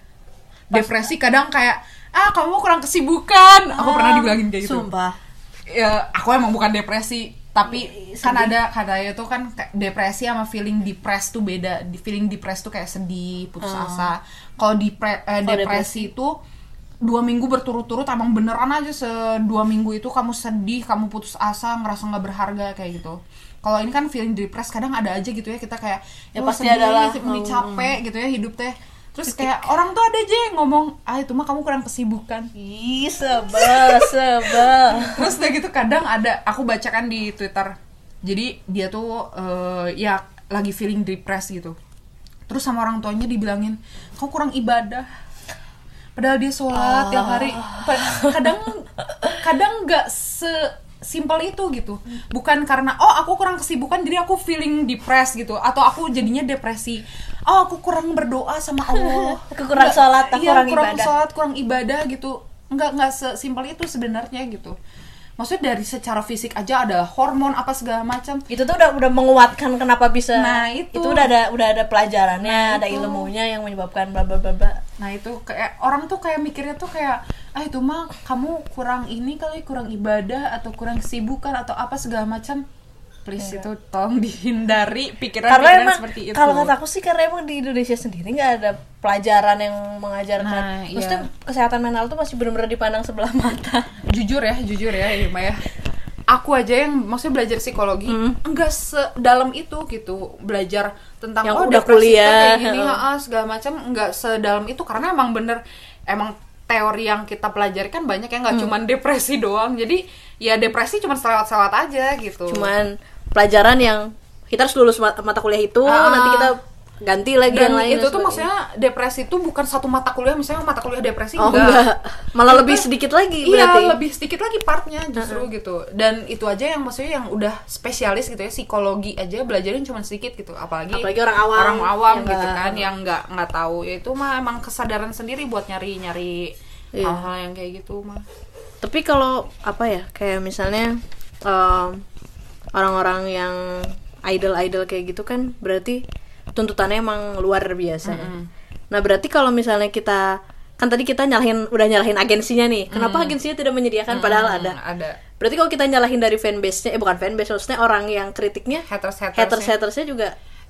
depresi kadang kayak ah kamu kurang kesibukan. Ah, aku pernah dibilangin kayak gitu. Sumpah. Ya, aku emang bukan depresi, tapi sedih. Kan ada katanya tuh kan depresi sama feeling depressed tuh beda. Di feeling depressed tuh kayak sedih, putus uh. asa. Kalau depre- eh, depresi itu dua minggu berturut-turut emang beneran aja se dua minggu itu kamu sedih, kamu putus asa, ngerasa nggak berharga kayak gitu. Kalau ini kan feeling depressed kadang ada aja gitu ya, kita kayak ya pasti adalah ini capek gitu ya hidup teh. Terus kayak orang tuh ada aja yang ngomong, ah itu mah kamu kurang kesibukan. Ih, sebel, sebel. Terus udah gitu kadang ada, aku bacakan di Twitter. Jadi dia tuh uh, ya lagi feeling depressed gitu. Terus sama orang tuanya dibilangin, kamu kurang ibadah. Padahal dia sholat tiap hari. Kadang kadang nggak sesimpel itu gitu. Bukan karena oh aku kurang kesibukan jadi aku feeling depressed gitu, atau aku jadinya depresi. Oh aku kurang berdoa sama Allah, aku kurang nggak, sholat, aku iya, kurang, kurang ibadah. sholat, kurang ibadah gitu. Nggak nggak sesimpel itu sebenarnya gitu. Maksudnya dari secara fisik aja ada hormon apa segala macam. Itu tuh udah udah menguatkan kenapa bisa. Nah itu. Itu udah ada udah ada pelajarannya, nah, ada ilmunya yang menyebabkan bla bla bla bla. Nah itu kayak orang tuh kayak mikirnya tuh kayak ah itu mah kamu kurang ini kali, kurang ibadah atau kurang kesibukan atau apa segala macam. Please ya. Itu tolong dihindari pikiran-pikiran seperti itu. Kalau kata aku sih karena emang di Indonesia sendiri nggak ada pelajaran yang mengajarkan. Nah, maksudnya iya. Kesehatan mental tuh masih benar-benar dipandang sebelah mata. Jujur ya, jujur ya, Irma ya. Aku aja yang maksudnya belajar psikologi hmm. enggak sedalam itu gitu, belajar tentang yang oh udah kuliah kayak gini, ha, segala macam enggak sedalam itu karena emang bener emang teori yang kita pelajari kan banyak ya, nggak hmm. cuman depresi doang. Jadi ya depresi cuma selewat-selewat aja gitu. Cuman pelajaran yang kita harus lulus mata kuliah itu, uh, nanti kita ganti lagi dan yang lain. itu tuh maksudnya depresi itu bukan satu mata kuliah, misalnya mata kuliah depresi oh, enggak. enggak. Malah itu, lebih sedikit lagi iya, berarti. lebih sedikit lagi partnya justru uh-huh. gitu. Dan itu aja yang maksudnya yang udah spesialis gitu ya, psikologi aja belajarin cuma sedikit gitu, apalagi apalagi orang awam orang awam yang gitu gak, kan yang nggak nggak tahu. Ya itu mah emang kesadaran sendiri buat nyari-nyari iya. hal-hal yang kayak gitu mah. Tapi kalau apa ya, kayak misalnya um, orang-orang yang idol-idol kayak gitu kan berarti tuntutannya emang luar biasa. Mm-hmm. Nah berarti kalau misalnya kita kan tadi kita nyalahin udah nyalahin agensinya nih, kenapa mm. agensinya tidak menyediakan mm-hmm. padahal ada. Ada. Berarti kalau kita nyalahin dari fanbase-nya, eh bukan fanbase, maksudnya orang yang kritiknya, haters-hatersnya, haters-hatersnya juga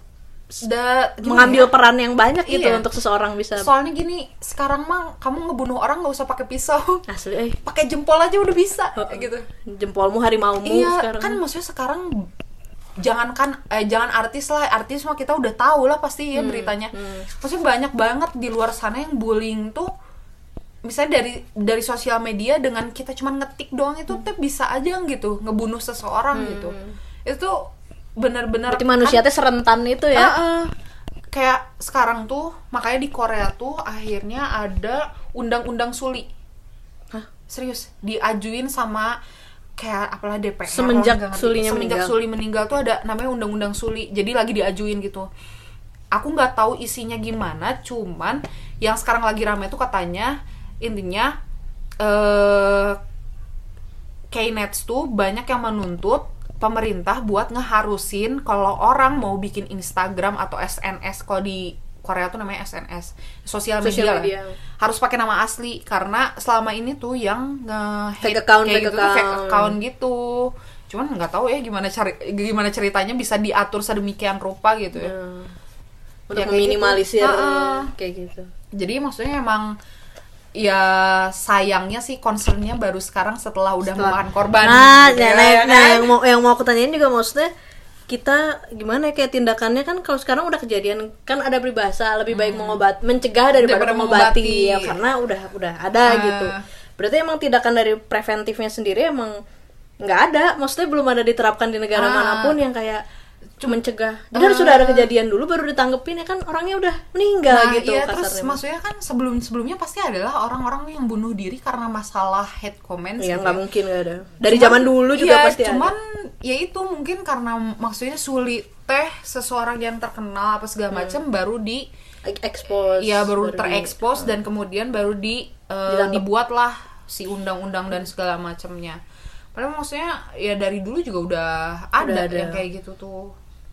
Da, mengambil ya? peran yang banyak gitu iya. untuk seseorang bisa. Soalnya gini, sekarang mah kamu ngebunuh orang nggak usah pakai pisau, asli, eh. pakai jempol aja udah bisa, oh, gitu. Jempolmu harimaumu iya, sekarang. Kan maksudnya sekarang jangankan eh, jangan artis lah, artis mah kita udah tahu lah pasti ya hmm, beritanya. Hmm. Maksudnya banyak banget di luar sana yang bullying tuh, misalnya dari dari sosial media dengan kita cuma ngetik doang itu tuh bisa aja gitu ngebunuh seseorang hmm. gitu. Itu benar-benar berarti manusia teh kan, serentan itu ya. Uh-uh. Kayak sekarang tuh makanya di Korea tuh akhirnya ada undang-undang suli. Hah? Serius, diajuin sama kayak apalah D P R semenjak sulinya semenjak meninggal. Suli meninggal tuh ada namanya undang-undang suli. Jadi lagi diajuin gitu. Aku nggak tahu isinya gimana, cuman yang sekarang lagi ramai tuh katanya intinya eh K-Nets tuh banyak yang menuntut pemerintah buat ngeharusin kalau orang mau bikin Instagram atau S N S, kalau di Korea tuh namanya S N S, sosial media, media. Lah, harus pakai nama asli karena selama ini tuh yang nge-hate account, kayak fake gitu account. tuh fake account gitu. Cuman nggak tahu ya gimana cari gimana ceritanya bisa diatur sedemikian rupa gitu ya. Hmm. Untuk ya, meminimalisir kayak gitu. Uh, kayak gitu. Jadi maksudnya emang ya sayangnya sih concernnya baru sekarang setelah udah setelah. memakan korban. Nah, gitu ya, ya, nah, ya, nah yang mau yang mau aku tanyain juga maksudnya kita gimana ya, kayak tindakannya kan kalau sekarang udah kejadian kan ada peribahasa lebih baik hmm. mengobat mencegah daripada, daripada mengobati, mengobati ya karena udah udah ada uh. gitu. Berarti emang tindakan dari preventifnya sendiri emang nggak ada, maksudnya belum ada diterapkan di negara uh. manapun yang kayak cuma mencegah. Jadi harus uh, sudah ada kejadian dulu baru ditanggepin ya kan, orangnya udah meninggal nah, gitu. Iya, terus maksudnya kan sebelum sebelumnya pasti adalah orang-orang yang bunuh diri karena masalah hate comments. Iya, gitu nggak ya. mungkin nggak ada. Dari cuman, zaman dulu juga iya, pasti cuman, ada. Cuman ya itu mungkin karena maksudnya sulit teh seseorang yang terkenal apa segala macam hmm. baru di expose. Iya, baru, baru terekspos dan kemudian baru di uh, dibuatlah si undang-undang dan segala macamnya. Padahal maksudnya ya dari dulu juga udah ada, udah ada yang kayak gitu tuh.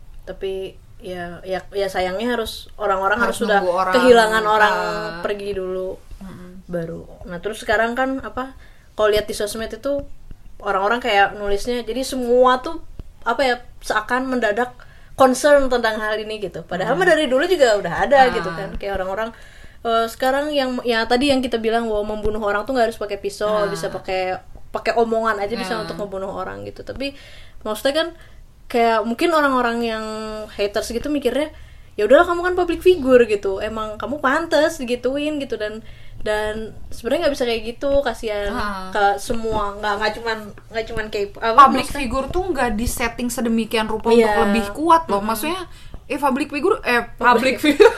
Tapi ya ya ya sayangnya harus orang-orang harus, harus sudah orang, kehilangan orang uh, pergi dulu uh, baru. Nah terus sekarang kan apa, kalau lihat di sosmed itu orang-orang kayak nulisnya jadi semua tuh apa ya seakan mendadak concern tentang hal ini gitu. Padahal mah uh, dari dulu juga udah ada uh, gitu kan, kayak orang-orang uh, sekarang yang ya tadi yang kita bilang bahwa membunuh orang tuh nggak harus pakai pisau, uh, bisa pakai pakai omongan aja bisa uh, untuk membunuh orang gitu. Tapi maksudnya kan kayak mungkin orang-orang yang haters gitu mikirnya ya udahlah kamu kan public figure gitu, emang kamu pantas digituin gitu, dan dan sebenarnya nggak bisa kayak gitu, kasihan uh. ke semua, nggak nggak cuman nggak cuman kayak apa, public maksudnya, figure tuh nggak disetting sedemikian rupa yeah. untuk lebih kuat loh, mm-hmm. maksudnya eh public figure eh public figure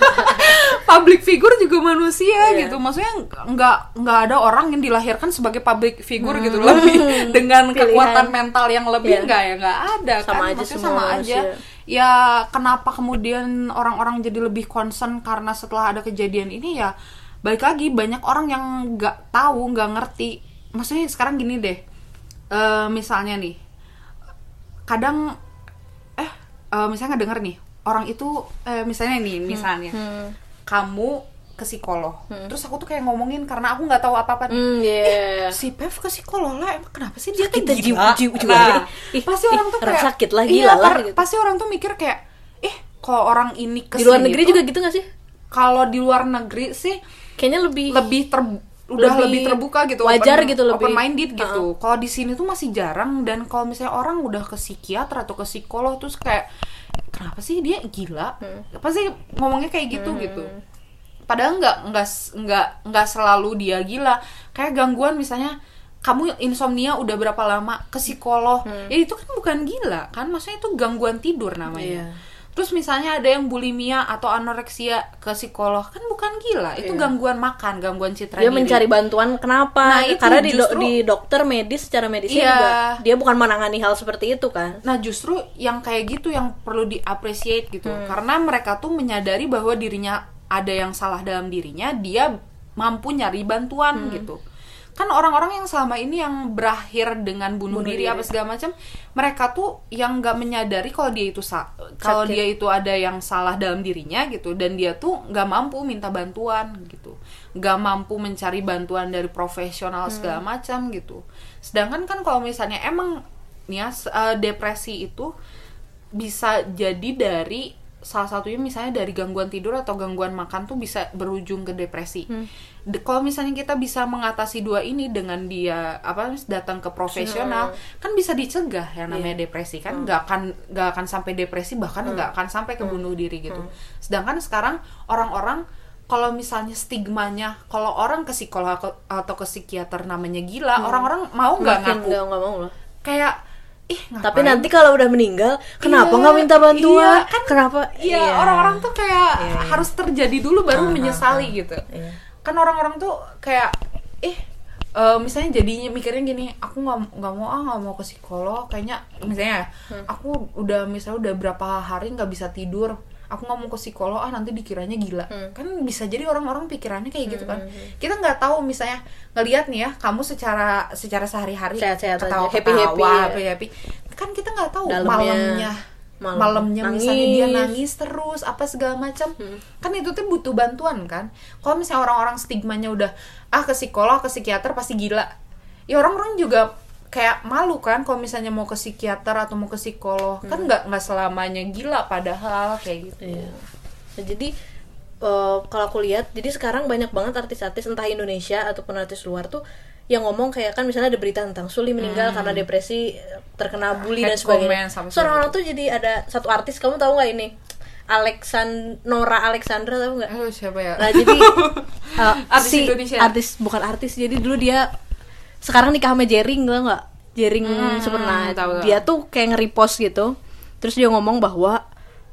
public figure juga manusia yeah. gitu, maksudnya nggak nggak ada orang yang dilahirkan sebagai public figure hmm. gitu lebih dengan pilihan. Kekuatan mental yang lebih nggak yeah. ya nggak ada sama kan aja maksudnya sama aja ya. Kenapa kemudian orang-orang jadi lebih concern karena setelah ada kejadian ini ya balik lagi banyak orang yang nggak tahu nggak ngerti, maksudnya sekarang gini deh, uh, misalnya nih kadang eh uh, misalnya nggak denger nih orang itu eh, misalnya nih misalnya hmm. Hmm. kamu ke psikolog hmm. terus aku tuh kayak ngomongin karena aku nggak tahu apa-apa hmm, yeah. eh si Pev ke psikolog lah, emang kenapa sih dia kita tuh gila jiwa, jiwa, nah, ih, pasti orang tuh kayak sakit lah iya, gila lah gitu. Pasti orang tuh mikir kayak eh kalau orang ini kesini di luar negeri tuh, juga gitu nggak sih? Kalau di luar negeri sih kayaknya lebih lebih ter udah lebih, lebih terbuka gitu, wajar open, gitu, lebih open minded gitu. Uh-huh. Kalau di sini tuh masih jarang, dan kalau misalnya orang udah ke psikiater atau ke psikolog terus kayak kenapa sih dia gila? Hmm. Pasti ngomongnya kayak gitu hmm. gitu. Padahal nggak nggak nggak nggak selalu dia gila. Kayak gangguan misalnya kamu insomnia udah berapa lama ke psikolog, hmm. ya itu kan bukan gila kan? Maksudnya itu gangguan tidur namanya. Yeah. Terus misalnya ada yang bulimia atau anoreksia ke psikolog, kan bukan gila, itu yeah. gangguan makan, gangguan citra dia diri. mencari bantuan kenapa? Nah, itu karena di, justru, do, di dokter medis secara medisnya yeah. juga dia bukan menangani hal seperti itu kan. Nah justru yang kayak gitu yang perlu di-appreciate gitu, hmm. karena mereka tuh menyadari bahwa dirinya ada yang salah dalam dirinya, dia mampu nyari bantuan hmm. gitu. Kan orang-orang yang selama ini yang berakhir dengan bunuh, bunuh diri, diri apa segala macam, mereka tuh yang nggak menyadari kalau dia itu sa- kalau dia itu ada yang salah dalam dirinya gitu, dan dia tuh nggak mampu minta bantuan gitu, nggak mampu mencari bantuan dari profesional segala hmm. macam gitu. Sedangkan kan kalau misalnya emang nih ya, uh, depresi itu bisa jadi dari salah satunya misalnya dari gangguan tidur atau gangguan makan tuh bisa berujung ke depresi. Hmm. De- kalau misalnya kita bisa mengatasi dua ini dengan dia apa datang ke profesional, hmm. kan bisa dicegah yang namanya yeah. depresi kan, nggak hmm. akan nggak akan sampai depresi, bahkan nggak hmm. akan sampai ke bunuh diri gitu. Hmm. Sedangkan sekarang orang-orang kalau misalnya stigmanya kalau orang ke psikolog atau ke psikiater namanya gila, hmm. orang-orang mau nggak ngaku? Nggak mau lah. Kayak ih, tapi nanti kalau udah meninggal kenapa nggak iya, minta bantuan? Iya, kan, kenapa? Iya, iya, orang-orang tuh kayak iya, iya. harus terjadi dulu baru uh, menyesali uh, uh, gitu. Iya. Kan orang-orang tuh kayak ih, uh, misalnya jadinya mikirnya gini, aku nggak nggak mau ah nggak mau ke psikolog, kayaknya misalnya hmm. aku udah misalnya udah berapa hari nggak bisa tidur, aku nggak mau ke psikolog ah nanti dikiranya gila. Hmm. Kan bisa jadi orang-orang pikirannya kayak gitu kan. Hmm. Kita nggak tahu misalnya ngelihat nih ya kamu secara secara sehari-hari ketawa happy happy, happy happy kan kita nggak tahu dalamnya, malamnya malam. malamnya nangis. Misalnya dia nangis terus apa segala macam. Hmm. Kan itu tuh butuh bantuan kan. Kalau misalnya orang-orang stigmanya udah ah ke psikolog ke psikiater pasti gila, ya orang-orang juga kayak malu kan kalau misalnya mau ke psikiater atau mau ke psikolog. Hmm. Kan nggak nggak selamanya gila padahal kayak gitu. Iya. Nah, jadi uh, kalau aku lihat, jadi sekarang banyak banget artis-artis entah Indonesia ataupun artis luar tuh yang ngomong kayak kan misalnya ada berita tentang Suli meninggal hmm. karena depresi, terkena bully dan sebagainya. Seorang orang tuh jadi ada satu artis, kamu tahu nggak ini? Alexand Nora Alexandra, tahu nggak? Oh, siapa ya? Nah jadi uh, artis si Indonesia. Artis bukan artis, jadi dulu dia sekarang nikah sama Jering, tau nggak? Jering hmm, Superna. Dia tuh kayak nge-repost gitu. Terus dia ngomong bahwa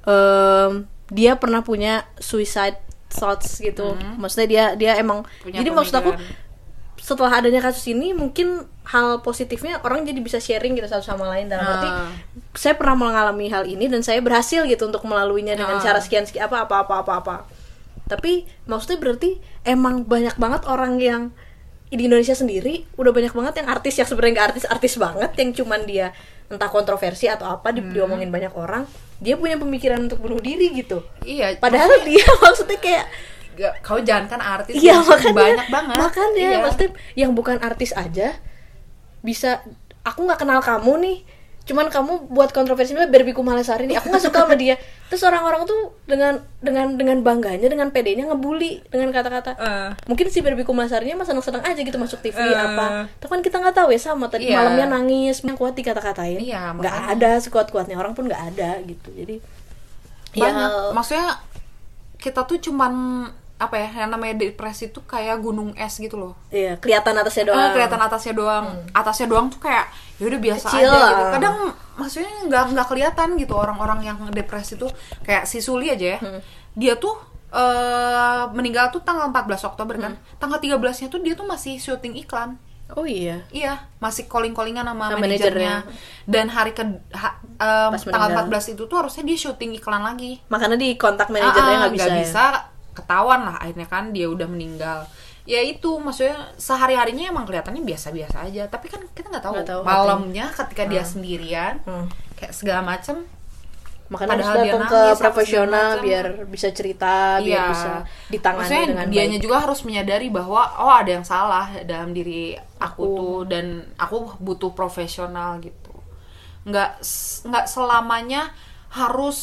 um, dia pernah punya suicide thoughts gitu. Hmm. Maksudnya dia dia emang punya jadi pemikiran. Maksud aku setelah adanya kasus ini mungkin hal positifnya orang jadi bisa sharing gitu satu sama lain dalam arti uh. saya pernah mengalami hal ini dan saya berhasil gitu untuk melaluinya dengan uh. cara sekian sekian apa apa apa apa apa. Tapi maksudnya berarti emang banyak banget orang yang di Indonesia sendiri udah banyak banget yang artis yang sebenarnya nggak artis-artis banget, yang cuman dia entah kontroversi atau apa di, hmm. diomongin banyak orang, dia punya pemikiran untuk bunuh diri gitu. Iya. Padahal maksudnya, dia maksudnya kayak gak, kau jangan kan artis, iya, makanya, banyak banget. Makanya iya. maksudnya yang bukan artis aja bisa, aku nggak kenal kamu nih, cuman kamu buat kontroversi Barbie Kumalasari nih, aku nggak suka sama dia. Terus orang-orang tuh dengan dengan dengan bangganya, dengan pedenya ngebully dengan kata-kata. Uh. Mungkin si Barbie Kumalasarinya mah seneng-seneng aja gitu masuk T V uh. apa. Tapi kan kita nggak tahu ya, sama tadi yeah. malamnya nangis, yang kuat dikata-katain. Iya, nggak ada sekuat-kuatnya orang pun nggak ada gitu. Jadi banyak. Ya, maksudnya kita tuh cuman apa ya, yang namanya depresi tuh kayak gunung es gitu loh. Iya, kelihatan atasnya doang. Eh, kelihatan atasnya doang. Hmm. Atasnya doang tuh kayak ya udah biasa kecil aja lah. gitu. Kadang maksudnya nggak nggak kelihatan gitu orang-orang yang depresi tuh, kayak si Suli aja ya. Hmm. Dia tuh uh, meninggal tuh tanggal empat belas Oktober kan. Hmm. Tanggal tiga belasnya tuh dia tuh masih syuting iklan. Oh iya. Iya, masih calling-callingan sama, sama manajernya. Dan hari ke ha, um, tanggal empat belas itu tuh harusnya dia syuting iklan lagi. Makanya di kontak manajernya nggak uh, bisa. Nggak ya? bisa. Ketahuan lah akhirnya kan dia udah meninggal. Ya itu maksudnya sehari-harinya emang kelihatannya biasa-biasa aja, tapi kan kita nggak tahu, tahu malamnya ketika hmm. dia sendirian hmm. kayak segala macem. Makanya harus datang ke profesional biar bisa cerita, biar iya. bisa ditangani maksudnya dengan baik. Dianya juga harus menyadari bahwa oh ada yang salah dalam diri aku, aku. tuh, dan aku butuh profesional gitu. Nggak nggak selamanya harus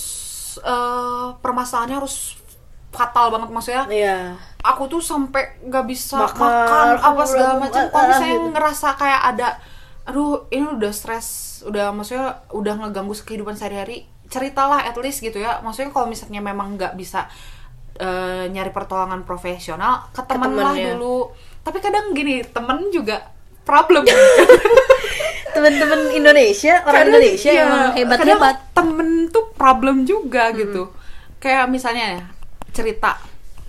uh, permasalahannya harus fatal banget, maksudnya iya. aku tuh sampai nggak bisa Bakar, makan apa segala macam. Kalau misalnya gitu. Ngerasa kayak ada, aduh ini udah stres, udah maksudnya udah ngeganggu kehidupan sehari-hari, ceritalah at least gitu ya. Maksudnya kalau misalnya memang nggak bisa uh, nyari pertolongan profesional, ke temen lah dulu. Tapi kadang gini, temen juga problem. teman-teman Indonesia, orang kadang, Indonesia ya, emang hebat-hebat. Temen tuh problem juga hmm. gitu. Kayak misalnya cerita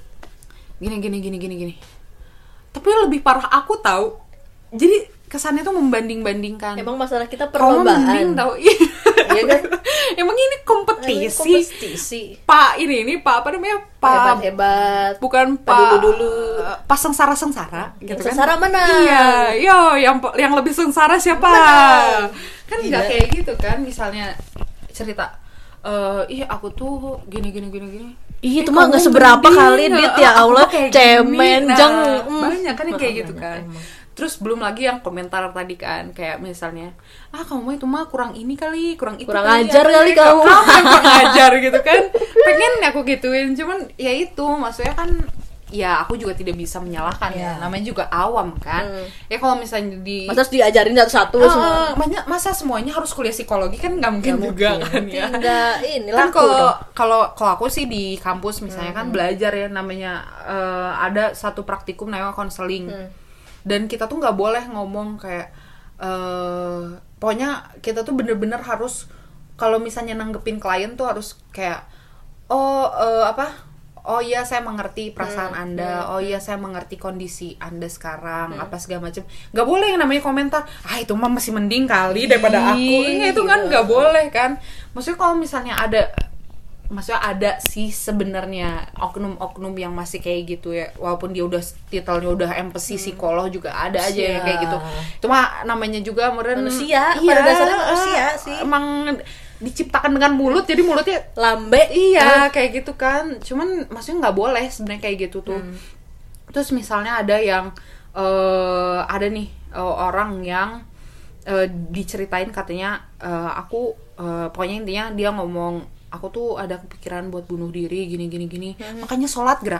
gini gini gini gini gini. Tapi lebih parah aku tahu. Jadi kesannya tuh membanding-bandingkan. Emang masalah kita perlombaan. Tahu. Iya kan? Emang ini kompetisi. kompetisi. Pak ini ini Pak apa namanya? Pak hebat-hebat. Bukan Pak dulu-dulu. Pak sengsara-sengsara gitu kan. Sengsara mana? Iya, yo yang yang lebih sengsara siapa? Benar. Kan enggak kayak gitu kan, misalnya cerita eh ih aku tuh gini gini gini gini. Ih, itu mah nggak seberapa kali Dit ya Allah, cemen, jeng, nah, banyak kan yang kayak gitu kan. Emang. Terus belum lagi yang komentar tadi kan, kayak misalnya, ah kamu itu mah kurang ini kali, kurang itu kurang kali, ajar ya, kali ya, kamu, kamu yang kurang ajar gitu kan. Pengen aku gituin, cuman ya itu maksudnya kan, ya aku juga tidak bisa menyalahkan ya, ya. Namanya juga awam kan. Hmm. Ya kalau misalnya di masa diajarin satu-satu uh, semua. Masa semuanya harus kuliah psikologi kan nggak mungkin gak juga mungkin. Kan ya. Enggak, ini kan kalau kalau kalau aku sih di kampus misalnya hmm. kan belajar ya namanya uh, ada satu praktikum namanya konseling. Hmm. Dan kita tuh nggak boleh ngomong kayak uh, pokoknya kita tuh bener-bener harus kalau misalnya nanggepin klien tuh harus kayak oh uh, apa oh iya saya mengerti perasaan hmm, Anda, hmm, oh iya saya mengerti kondisi Anda sekarang, hmm. apa segala macam. Gak boleh yang namanya komentar, ah itu mah masih mending kali daripada aku. Ini itu kan gak boleh kan. Maksudnya kalau misalnya ada, maksudnya ada sih sebenarnya oknum-oknum yang masih kayak gitu ya, walaupun dia udah titelnya udah empati hmm. psikolog juga ada aja yang kayak gitu. Itu mah namanya juga meren, manusia, iya, pada dasarnya manusia uh, sih. Emang diciptakan dengan mulut jadi mulutnya lambe iya uh. kayak gitu kan, cuman maksudnya nggak boleh sebenarnya kayak gitu tuh. hmm. Terus misalnya ada yang uh, ada nih uh, orang yang uh, diceritain katanya uh, aku uh, pokoknya intinya dia ngomong aku tuh ada kepikiran buat bunuh diri gini gini gini hmm. makanya sholat gerak.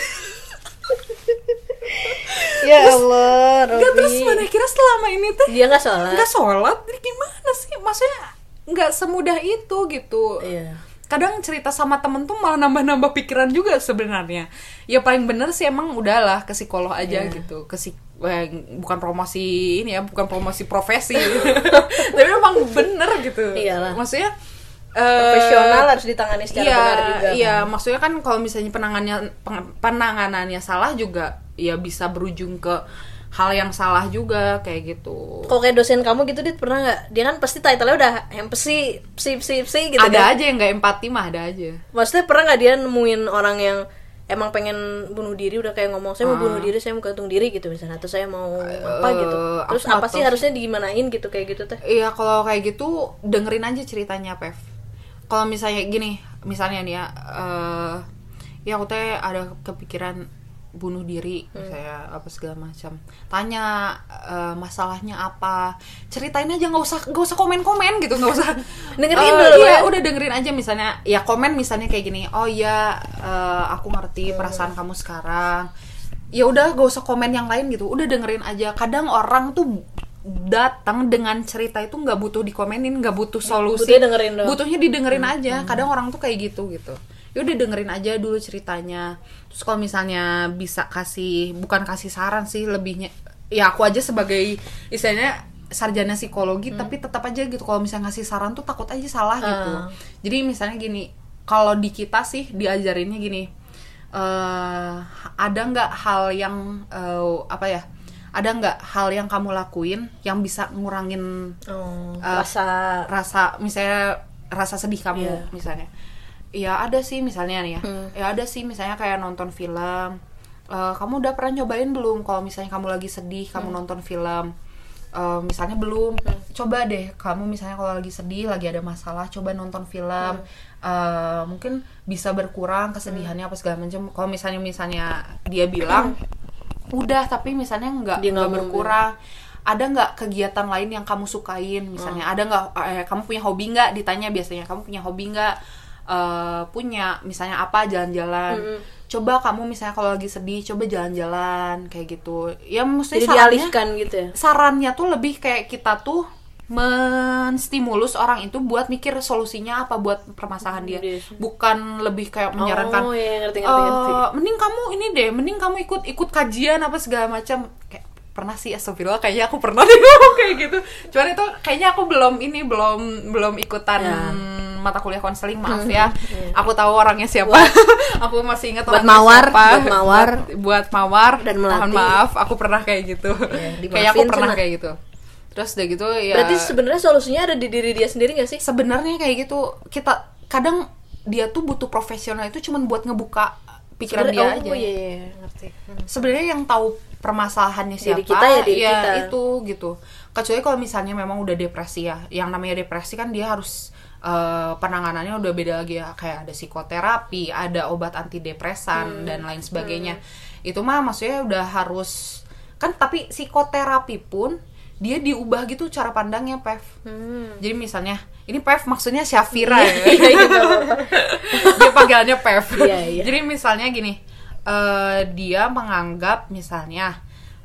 Ya Allah, Robi. Gak, terus mana kira selama ini tuh dia nggak sholat nggak sholat jadi gimana sih, maksudnya nggak semudah itu gitu. Iya. Kadang cerita sama temen tuh malah nambah-nambah pikiran juga sebenarnya. Ya paling bener sih emang udahlah ke psikolog aja. Iya. Gitu. Ke psik- eh, bukan promosi ini ya, bukan promosi profesi. Tapi emang bener gitu. Iyalah. Maksudnya profesional uh, harus ditangani secara iya, benar juga. Iya, kan? Maksudnya kan kalau misalnya penanganannya penanganannya salah juga ya bisa berujung ke hal yang salah juga kayak gitu. Kalau kayak dosen kamu gitu Dit pernah nggak? Dia kan pasti title-nya udah empati, psi, psi, psi gitu. Ada kan? aja yang nggak empati mah ada aja. Maksudnya pernah nggak dia nemuin orang yang emang pengen bunuh diri udah kayak ngomong saya mau bunuh diri, saya mau gantung diri gitu misalnya, atau saya mau uh, apa gitu. Terus apa sih harusnya digimanain gitu kayak gitu teh? Iya kalau kayak gitu dengerin aja ceritanya Pev. Kalau misalnya gini, misalnya nih ya, uh, ya aku teh ada kepikiran bunuh diri hmm. saya apa segala macam, tanya uh, masalahnya apa, ceritain aja, nggak usah nggak usah komen komen gitu, nggak usah dengerin uh, dulu iya, ya udah dengerin aja. Misalnya ya komen misalnya kayak gini, oh ya uh, aku ngerti perasaan hmm. kamu sekarang, ya udah gak usah komen yang lain gitu, udah dengerin aja. Kadang orang tuh datang dengan cerita itu nggak butuh dikomenin, nggak butuh solusi, butuhnya dengerin dong. butuhnya didengerin hmm. aja. Kadang hmm. orang tuh kayak gitu gitu. Ya udah dengerin aja dulu ceritanya. Terus kalau misalnya bisa kasih, bukan kasih saran sih lebihnya, ya aku aja sebagai istilahnya sarjana psikologi hmm. tapi tetap aja gitu kalau misalnya ngasih saran tuh takut aja salah uh. gitu. Jadi misalnya gini, kalau di kita sih diajarinnya gini, uh, ada nggak hal yang uh, apa ya? Ada nggak hal yang kamu lakuin yang bisa ngurangin oh, uh, rasa rasa misalnya rasa sedih kamu yeah. misalnya. Ya ada sih misalnya nih ya, hmm. ya ada sih misalnya kayak nonton film. Uh, kamu udah pernah nyobain belum? Kalau misalnya kamu lagi sedih, kamu hmm. nonton film. Uh, misalnya belum, hmm. coba deh kamu misalnya kalau lagi sedih, lagi ada masalah, coba nonton film. Hmm. Uh, mungkin bisa berkurang kesedihannya hmm. apa segala macam. Kalau misalnya misalnya dia bilang, udah tapi misalnya nggak nggak berkurang. Ada nggak kegiatan lain yang kamu sukain? Misalnya hmm. ada nggak? Eh, kamu punya hobi nggak? Ditanya biasanya, kamu punya hobi nggak? Uh, punya misalnya apa jalan-jalan, mm-hmm. coba kamu misalnya kalau lagi sedih coba jalan-jalan kayak gitu ya, mesti dialihkan gitu ya. Sarannya tuh lebih kayak kita tuh menstimulus orang itu buat mikir solusinya apa buat permasalahan dia, yes. bukan lebih kayak menyarankan oh, iya, ngerti, ngerti, ngerti. Uh, mending kamu ini deh, mending kamu ikut ikut kajian apa segala macam kayak pernah sih, astagfirullah, kayaknya aku pernah deh ngomong kayak gitu. Cuman itu kayaknya aku belum ini belum belum ikutan ya. Mata kuliah konseling, maaf ya. Hmm. Aku tahu orangnya siapa. Aku masih ingat buat orangnya mawar, siapa. Buat mawar, buat, buat mawar dan melati. Mohon maaf, aku pernah kayak gitu. Ya, kayaknya aku pernah cuma. kayak gitu. Terus udah gitu ya. Berarti sebenarnya solusinya ada di diri dia sendiri nggak sih? Sebenarnya kayak gitu. Kita kadang dia tuh butuh profesional itu cuman buat ngebuka pikiran sebenernya, dia oh, aja. Oh iya, iya, ngerti. Hmm. Sebenarnya yang tahu permasalahannya siapa, diri kita ya, diri ya kita. itu gitu. Kecuali kalau misalnya memang udah depresi ya. Yang namanya depresi kan dia harus uh, penanganannya udah beda lagi ya. Kayak ada psikoterapi, ada obat antidepresan hmm. dan lain sebagainya. Hmm. Itu mah maksudnya udah harus kan, tapi psikoterapi pun dia diubah gitu cara pandangnya, Pev. Hmm. Jadi misalnya ini Pev maksudnya Syafira ya. Dia panggilannya Pev. Iya, iya. Jadi misalnya gini, uh, dia menganggap misalnya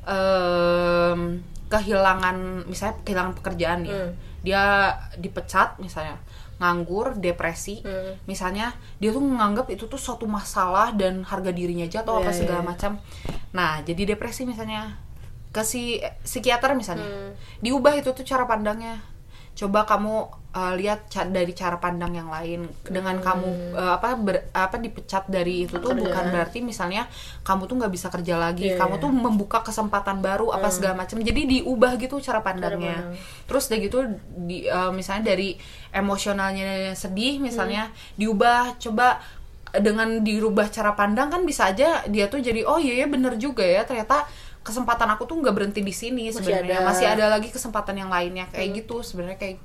um, kehilangan misalnya kehilangan pekerjaan ya. Hmm. Dia dipecat misalnya, nganggur, depresi. Hmm. Misalnya dia tuh menganggap itu tuh suatu masalah dan harga dirinya jatuh yeah, apa segala yeah. macam. Nah, jadi depresi misalnya ke si psikiater misalnya, hmm. diubah itu tuh cara pandangnya. Coba kamu uh, lihat ca- dari cara pandang yang lain. Dengan hmm. kamu uh, apa ber, apa dipecat dari itu tuh kerja. Bukan berarti misalnya kamu tuh nggak bisa kerja lagi. Yeah, kamu tuh membuka kesempatan baru apa hmm. segala macam. Jadi diubah gitu cara pandangnya. Cara pandang. Terus udah gitu di, uh, misalnya dari emosionalnya sedih misalnya hmm. diubah, coba dengan dirubah cara pandang kan bisa aja dia tuh jadi oh iya ya bener juga ya, ternyata kesempatan aku tuh nggak berhenti di sini sebenarnya, masih ada lagi kesempatan yang lainnya kayak hmm. gitu sebenarnya kayak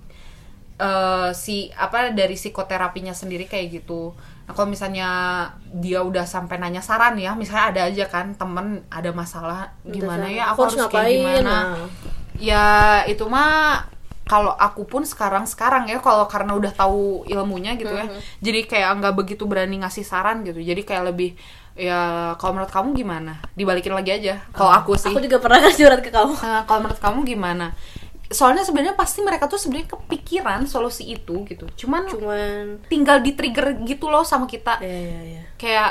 uh, si apa dari psikoterapinya sendiri kayak gitu. Nah kalau misalnya dia udah sampai nanya saran ya, misalnya ada aja kan temen ada masalah gimana ya aku harus, harus kayak gimana, nah. ya itu mah kalau aku pun sekarang sekarang ya kalau karena udah tahu ilmunya gitu ya, hmm. jadi kayak nggak begitu berani ngasih saran gitu, jadi kayak lebih ya kalau menurut kamu gimana? Dibalikin lagi aja. Kalau oh, aku sih. Aku juga pernah ngasih surat ke kamu. Nah, kalau menurut kamu gimana? Soalnya sebenarnya pasti mereka tuh sebenarnya kepikiran solusi itu gitu. Cuman, Cuman... tinggal di-trigger gitu loh sama kita. Iya, iya, iya. Kayak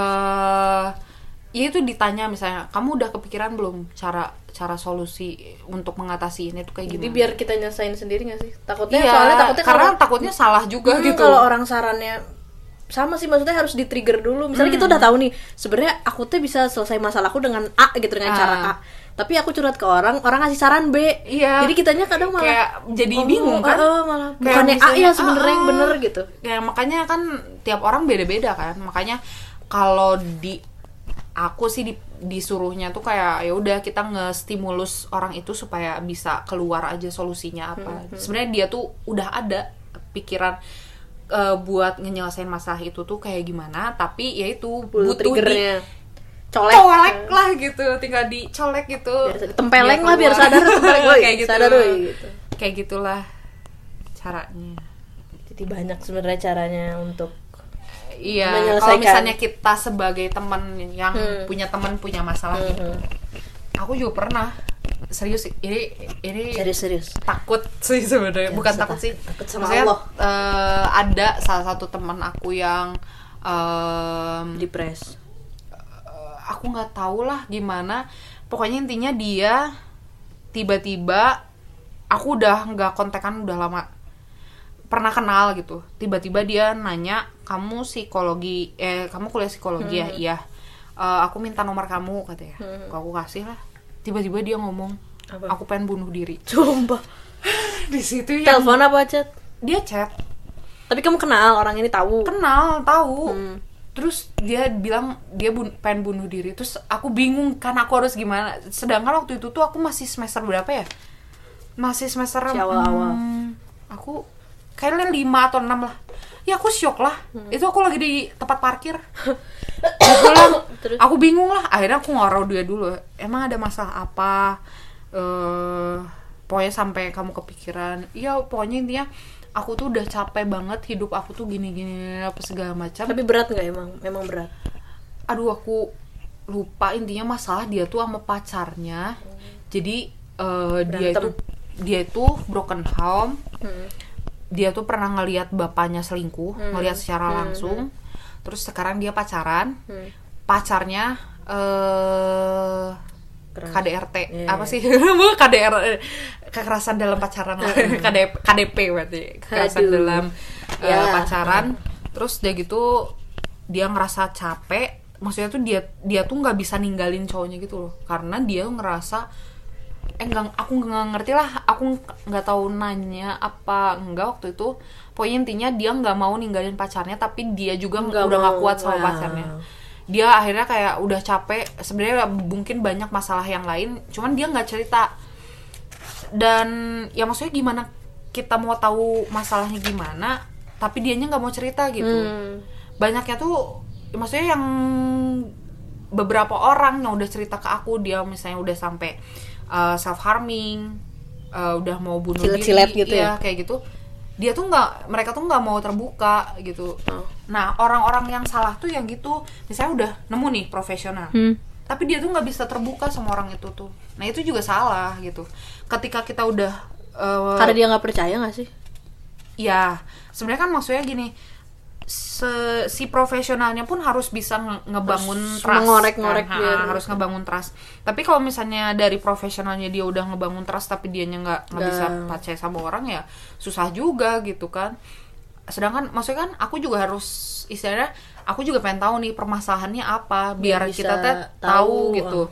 uh, ya itu ditanya misalnya, kamu udah kepikiran belum cara cara solusi untuk mengatasi ini tuh kayak gimana? Jadi biar kita nyesain sendiri nggak sih? Takutnya iya, soalnya takutnya karena kalau, takutnya salah juga hmm, gitu. Kalau orang sarannya sama sih, maksudnya harus di-trigger dulu. Misalnya hmm. kita udah tahu nih, sebenarnya aku tuh bisa selesai masalahku dengan A gitu, dengan ah. cara A. Tapi aku curhat ke orang, orang ngasih saran B. Iya. Jadi kitanya kadang malah kayak jadi oh, bingung kan? Oh, malah bukannya A ya sebenarnya yang bener gitu. Ya makanya kan tiap orang beda-beda kan. Makanya kalau di aku sih di, disuruhnya tuh kayak ya udah kita nge-stimulus orang itu supaya bisa keluar aja solusinya apa. Hmm, hmm. Sebenarnya dia tuh udah ada pikiran Uh, buat nyelesain masalah itu tuh kayak gimana, tapi ya itu butuh triggernya colek, colek lah gitu, tinggal dicolek gitu, biar, tempeleng lah biar sadar, tempeleng woy, kayak gitu, sadar woy, gitu. Kayak gitulah caranya. Jadi banyak sebenarnya caranya untuk iya. Kalau misalnya kita sebagai teman yang hmm. punya teman punya masalah hmm. gitu, aku juga pernah. Serius ini ini serius-serius takut sih sebenarnya, ya, bukan takut sih, takut sama maksudnya Allah. Uh, ada salah satu teman aku yang um, depres. Uh, aku nggak tahu lah gimana, pokoknya intinya dia tiba-tiba aku udah nggak kontekan udah lama, pernah kenal gitu, tiba-tiba dia nanya, kamu psikologi eh kamu kuliah psikologi hmm. ya? Iya. Uh, aku minta nomor kamu katanya, hmm. aku kasih lah. Tiba-tiba dia ngomong, apa? Aku pengen bunuh diri. Sumpah. Di situ ya. Telepon apa chat? Dia chat. Tapi kamu kenal orang ini, tahu? Kenal, tahu. Hmm. Terus dia bilang dia bun- pengen bunuh diri. Terus aku bingung kan aku harus gimana. Sedangkan waktu itu tuh aku masih semester berapa ya? Masih semester awal-awal. Hmm, aku kayaknya lima atau enam lah. Ya aku syok lah. Hmm. Itu aku lagi di tempat parkir. Terus? Aku bingung lah, akhirnya aku ngorau dia dulu, emang ada masalah apa, uh, pokoknya sampai kamu kepikiran, iya pokoknya intinya aku tuh udah capek banget hidup aku tuh gini-gini apa segala macam. Tapi berat nggak emang? Emang berat? Aduh aku lupa, intinya masalah dia tuh sama pacarnya, hmm. jadi uh, dia itu dia itu broken home, hmm. dia tuh pernah ngelihat bapaknya selingkuh, hmm. ngelihat secara langsung. Hmm. Terus sekarang dia pacaran, hmm. pacarnya uh, K D R T yeah. apa sih K D R kekerasan dalam pacaran lah K D P K D P berarti kekerasan Aduh. dalam yeah. uh, pacaran terus dia gitu dia ngerasa capek maksudnya tuh dia dia tuh nggak bisa ninggalin cowoknya gitu loh karena dia ngerasa eh enggak aku nggak ngerti lah aku nggak tahu nanya apa enggak waktu itu pokoknya intinya dia nggak mau ninggalin pacarnya tapi dia juga nggak udah nggak kuat sama wow. pacarnya dia akhirnya kayak udah capek sebenarnya mungkin banyak masalah yang lain cuman dia nggak cerita dan ya maksudnya gimana kita mau tahu masalahnya gimana tapi dianya nggak mau cerita gitu hmm. Banyaknya tuh maksudnya yang beberapa orang yang udah cerita ke aku dia misalnya udah sampai uh, self harming uh, udah mau bunuh Cilet-cilet diri gitu ya, ya kayak gitu dia tuh nggak mereka tuh nggak mau terbuka gitu oh. Nah orang-orang yang salah tuh yang gitu misalnya udah nemu nih profesional hmm. tapi dia tuh nggak bisa terbuka sama orang itu tuh nah itu juga salah gitu ketika kita udah uh, karena dia nggak percaya nggak sih ya sebenarnya kan maksudnya gini Se, si profesionalnya pun harus bisa nge- ngebangun harus trust ngorek-ngorek kan? biar... harus ngebangun trust tapi kalau misalnya dari profesionalnya dia udah ngebangun trust tapi dianya nggak nggak bisa percaya sama orang ya susah juga gitu kan sedangkan maksudnya kan aku juga harus istilahnya aku juga pengen tahu nih permasalahannya apa biar, biar kita tahu, tahu gitu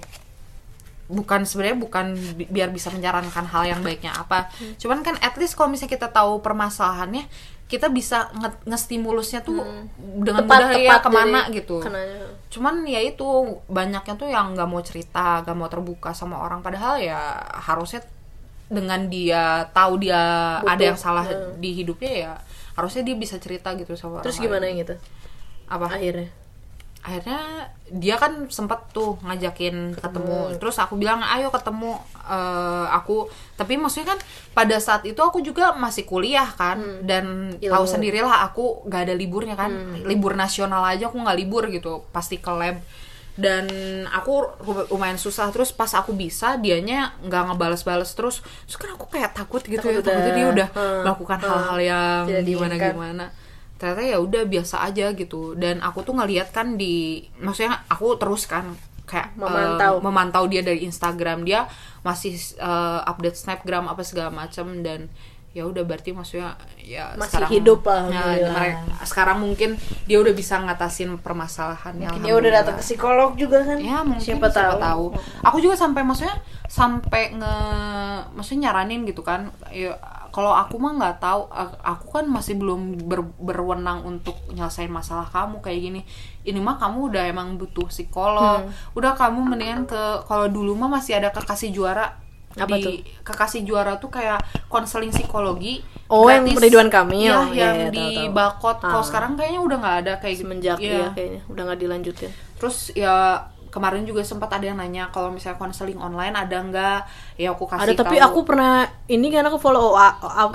bukan sebenarnya bukan bi- biar bisa menyarankan hal yang baiknya apa hmm. cuman kan at least kalau misalnya kita tahu permasalahannya kita bisa nge- ngestimulusnya tuh hmm. dengan tepat, mudah ya kemana gitu kenanya. Cuman ya itu banyaknya tuh yang nggak mau cerita nggak mau terbuka sama orang padahal ya harusnya dengan dia tahu dia Butuh. ada yang salah hmm. di hidupnya ya harusnya dia bisa cerita gitu sama terus orang gimana lain. yang gitu apa akhirnya akhirnya dia kan sempet tuh ngajakin ketemu hmm. terus aku bilang ayo ketemu uh, aku tapi maksudnya kan pada saat itu aku juga masih kuliah kan hmm. dan Ilmu. tahu sendirilah aku gak ada liburnya kan hmm. libur nasional aja aku nggak libur gitu pasti ke lab dan aku lumayan susah terus pas aku bisa dianya nggak ngebales-bales terus terus kan aku kayak takut gitu takut ya takutnya dia udah hmm. melakukan hmm. hal-hal yang gimana-gimana ternyata ya udah biasa aja gitu dan aku tuh ngeliat kan di maksudnya aku terus kan kayak memantau uh, memantau dia dari Instagram dia masih uh, update Snapgram apa segala macam dan ya udah berarti maksudnya ya masih sekarang, hidup lah ya, mereka, sekarang mungkin dia udah bisa ngatasin permasalahannya mungkin dia udah datang ke psikolog juga kan ya mungkin siapa, siapa tahu. tahu aku juga sampai maksudnya sampai nge maksudnya nyaranin gitu kan ya kalau aku mah nggak tahu aku kan masih belum ber, berwenang untuk nyelesain masalah kamu kayak gini ini mah kamu udah emang butuh psikolog hmm. udah kamu mendingan ke kalau dulu mah masih ada kekasih juara apa di tuh? Kekasih Juara tuh kayak konseling psikologi oh gratis, yang Ridwan Kamil ya, ya, yang ya, di tahu, tahu. Bakot kalau ah. sekarang kayaknya udah nggak ada kayak semenjak gitu ya kayaknya udah nggak dilanjutin terus ya kemarin juga sempat ada yang nanya kalau misalnya konseling online ada nggak ya aku kasih ada tapi tahu. aku pernah ini kan aku follow O A, O A,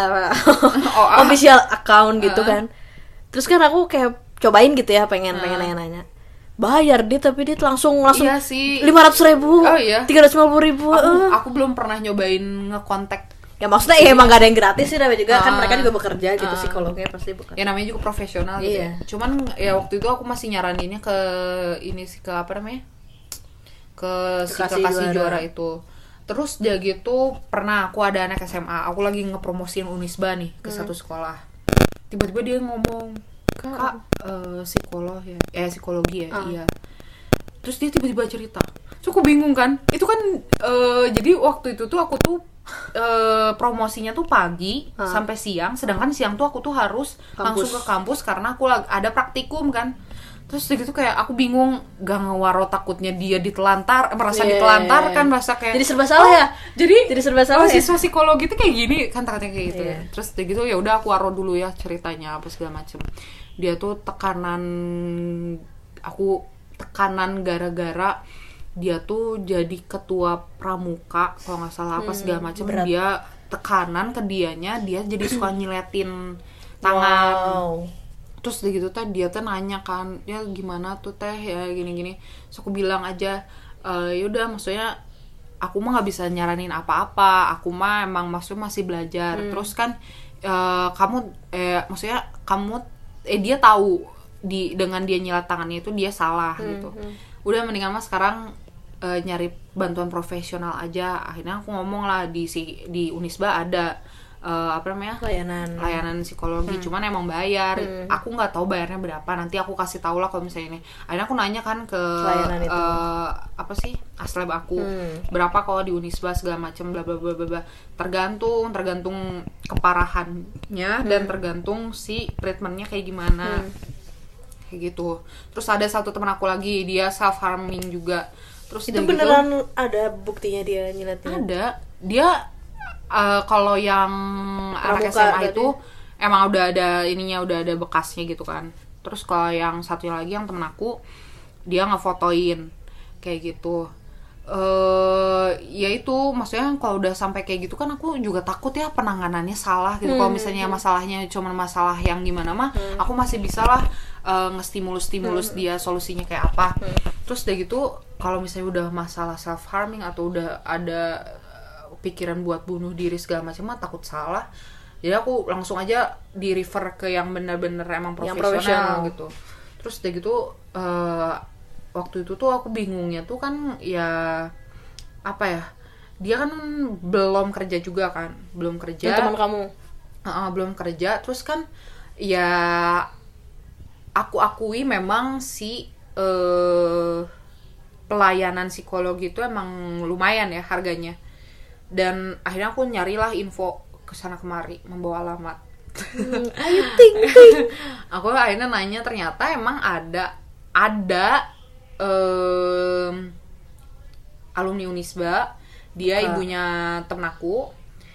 uh. official account gitu uh. kan terus kan aku kayak cobain gitu ya pengen uh. pengen nanya-nanya bayar dia tapi dia langsung langsung iya sih. lima ratus ribu oh, iya. tiga ratus lima puluh ribu aku, uh. aku belum pernah nyobain ngekontak ya maksudnya ya emang gak ada yang gratis sih namanya juga uh. kan mereka juga bekerja gitu uh. psikolognya pasti bukan ya namanya juga profesional gitu iya. ya. Cuman ya waktu itu aku masih nyaraninnya ke ini sih ke apa namanya ke si Kekasih Juara. Juara itu terus dia gitu pernah aku ada anak S M A aku lagi ngepromosiin Unisba nih ke hmm. satu sekolah tiba-tiba dia ngomong kak uh, psikolog ya eh psikologi ya uh. iya terus dia tiba-tiba cerita terus aku bingung kan itu kan uh, jadi waktu itu tuh aku tuh uh, promosinya tuh pagi uh. sampai siang sedangkan siang tuh aku tuh harus kampus. langsung ke kampus karena aku ada praktikum kan terus gitu kayak aku bingung gak ngewaro takutnya dia ditelantar merasa yeah. ditelantar kan merasa kayak jadi serba salah oh, ya jadi jadi serba salah oh, ya? Siswa psikologi itu kayak gini kan takutnya kayak gitu yeah. ya terus gitu ya udah aku waro dulu ya ceritanya apa segala macem dia tuh tekanan aku tekanan gara-gara dia tuh jadi ketua pramuka kalau nggak salah apa segala macem hmm, dia tekanan ke dianya dia jadi suka nyiletin tangan wow. Terus gitu teh dia tuh nanya kan ya gimana tuh teh ya gini-gini so aku bilang aja e, yaudah maksudnya aku mah nggak bisa nyaranin apa-apa aku mah emang maksudnya masih belajar hmm. terus kan e, kamu eh maksudnya kamu eh dia tahu di dengan dia nyilat tangannya itu dia salah hmm, gitu hmm. udah mendingan mah sekarang uh, nyari bantuan profesional aja. Akhirnya aku ngomong lah di si di Unisba ada uh, apa namanya layanan layanan psikologi, hmm. cuman emang bayar. hmm. Aku nggak tahu bayarnya berapa, nanti aku kasih tahu lah kalau misalnya ini. Akhirnya aku nanya kan ke uh, apa sih aslab aku, hmm. berapa kalau di Unisba segala macam bla bla bla bla. Tergantung tergantung keparahannya, hmm. dan tergantung si treatmentnya kayak gimana, hmm. kayak gitu. Terus ada satu teman aku lagi, dia self harming juga. Terus itu beneran gitu, ada buktinya dia nyilatin? Ada. Dia uh, kalau yang anak S M A itu dia emang udah ada ininya, udah ada bekasnya gitu kan. Terus kalau yang satunya lagi yang temen aku, dia ngefotoin kayak gitu. Uh, ya itu maksudnya kalau udah sampai kayak gitu kan aku juga takut ya penanganannya salah gitu. hmm. Kalau misalnya masalahnya cuma masalah yang gimana mah, hmm. aku masih bisa lah uh, ngestimulus-stimulus hmm. dia solusinya kayak apa. hmm. Terus udah gitu kalau misalnya udah masalah self harming atau udah ada uh, pikiran buat bunuh diri segala macam mah takut salah. Jadi aku langsung aja di refer ke yang benar-benar emang profesional gitu. Terus udah gitu uh, waktu itu tuh aku bingungnya tuh kan ya apa ya, dia kan belum kerja juga kan, belum kerja. Teman kamu? Uh, belum kerja, terus kan ya aku akui memang si uh, pelayanan psikologi itu emang lumayan ya harganya. Dan akhirnya aku nyarilah info kesana kemari membawa alamat. Hmm, ayo ting ting. Aku akhirnya nanya, ternyata emang ada ada Um, alumni Unisba, dia uh. ibunya temen aku,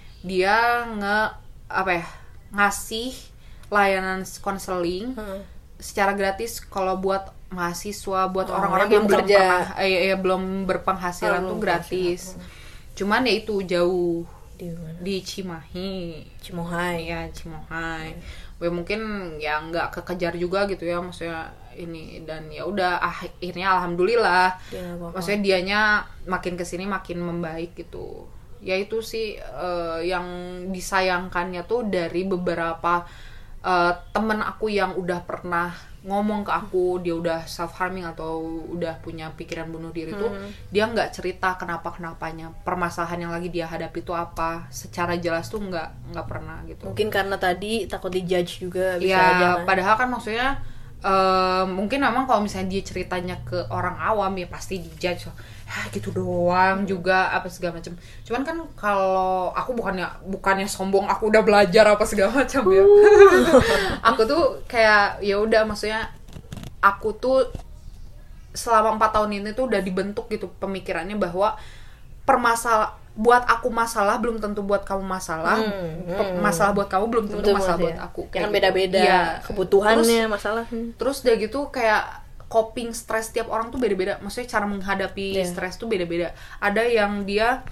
dia nge apa ya ngasih layanan konseling uh. secara gratis kalau buat mahasiswa, buat oh, orang-orang yang, yang belum pernah, eh, eh, belum berpenghasilan oh, tuh gratis. Uh. Cuman ya itu jauh di, di Cimahi, Cimohai ya Cimohai. Ya mungkin ya nggak kekejar juga gitu ya maksudnya ini. Dan ya udah akhirnya alhamdulillah ya, maksudnya dianya makin kesini makin membaik gitu. Ya itu sih uh, yang disayangkannya tuh dari beberapa uh, temen aku yang udah pernah ngomong ke aku dia udah self harming atau udah punya pikiran bunuh diri tuh, hmm. dia nggak cerita kenapa kenapanya, permasalahan yang lagi dia hadapi itu apa secara jelas tuh nggak nggak pernah gitu. Mungkin karena tadi takut dijudge juga bisa ya, aja kan? Padahal kan maksudnya uh, mungkin memang kalau misalnya dia ceritanya ke orang awam ya pasti dijudge ah gitu doang, hmm. juga apa segala macam. Cuman kan kalau aku bukannya bukannya sombong aku udah belajar apa segala macam ya. Aku tuh kayak ya udah maksudnya aku tuh selama empat tahun ini tuh udah dibentuk gitu pemikirannya bahwa permasalah buat aku masalah belum tentu buat kamu masalah. Hmm, hmm. Masalah buat kamu belum tentu Betul, masalah ya. buat aku. Kan beda-beda ya. Kebutuhannya terus, masalah. Hmm. Terus udah gitu kayak coping stres tiap orang tuh beda-beda. Maksudnya cara menghadapi yeah. stres tuh beda-beda. Ada yang dia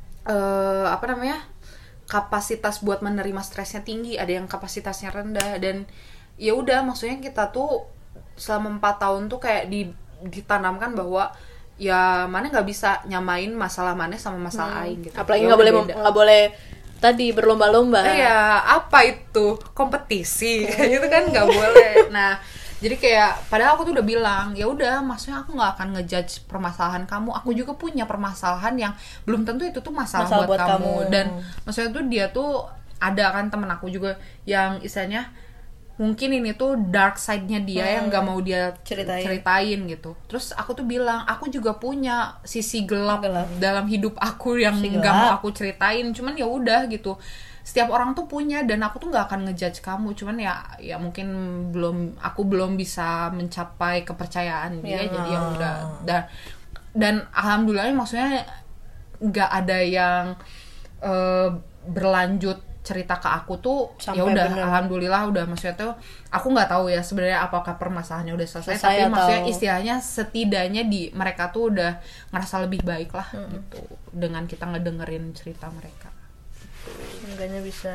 uh, apa namanya? kapasitas buat menerima stresnya tinggi, ada yang kapasitasnya rendah. Dan ya udah maksudnya kita tuh selama empat tahun tuh kayak di, ditanamkan bahwa ya mana nggak bisa nyamain masalah mana sama masalah hmm. aing gitu. Apalagi nggak boleh nggak boleh tadi berlomba-lomba. Iya, apa itu kompetisi gitu kan nggak boleh. Nah jadi kayak padahal aku tuh udah bilang ya udah maksudnya aku nggak akan ngejudge permasalahan kamu, aku juga punya permasalahan yang belum tentu itu tuh masalah, masalah buat, buat kamu. kamu dan maksudnya tuh dia tuh ada kan temen aku juga yang istilahnya mungkin ini tuh dark side-nya dia hmm. yang nggak mau dia ceritain. ceritain gitu. Terus aku tuh bilang aku juga punya sisi gelap, gelap. dalam hidup aku yang nggak mau aku ceritain, cuman ya udah gitu. Setiap orang tuh punya dan aku tuh nggak akan ngejudge kamu, cuman ya ya mungkin belum aku belum bisa mencapai kepercayaan dia, ya. Jadi ya udah dan dan alhamdulillah maksudnya nggak ada yang uh, berlanjut cerita ke aku tuh ya udah alhamdulillah udah maksudnya tuh aku nggak tahu ya sebenarnya apakah permasalahannya udah selesai, selesai tapi atau... maksudnya istilahnya setidaknya di mereka tuh udah ngerasa lebih baik lah hmm. gitu dengan kita ngedengerin cerita mereka. Enggaknya bisa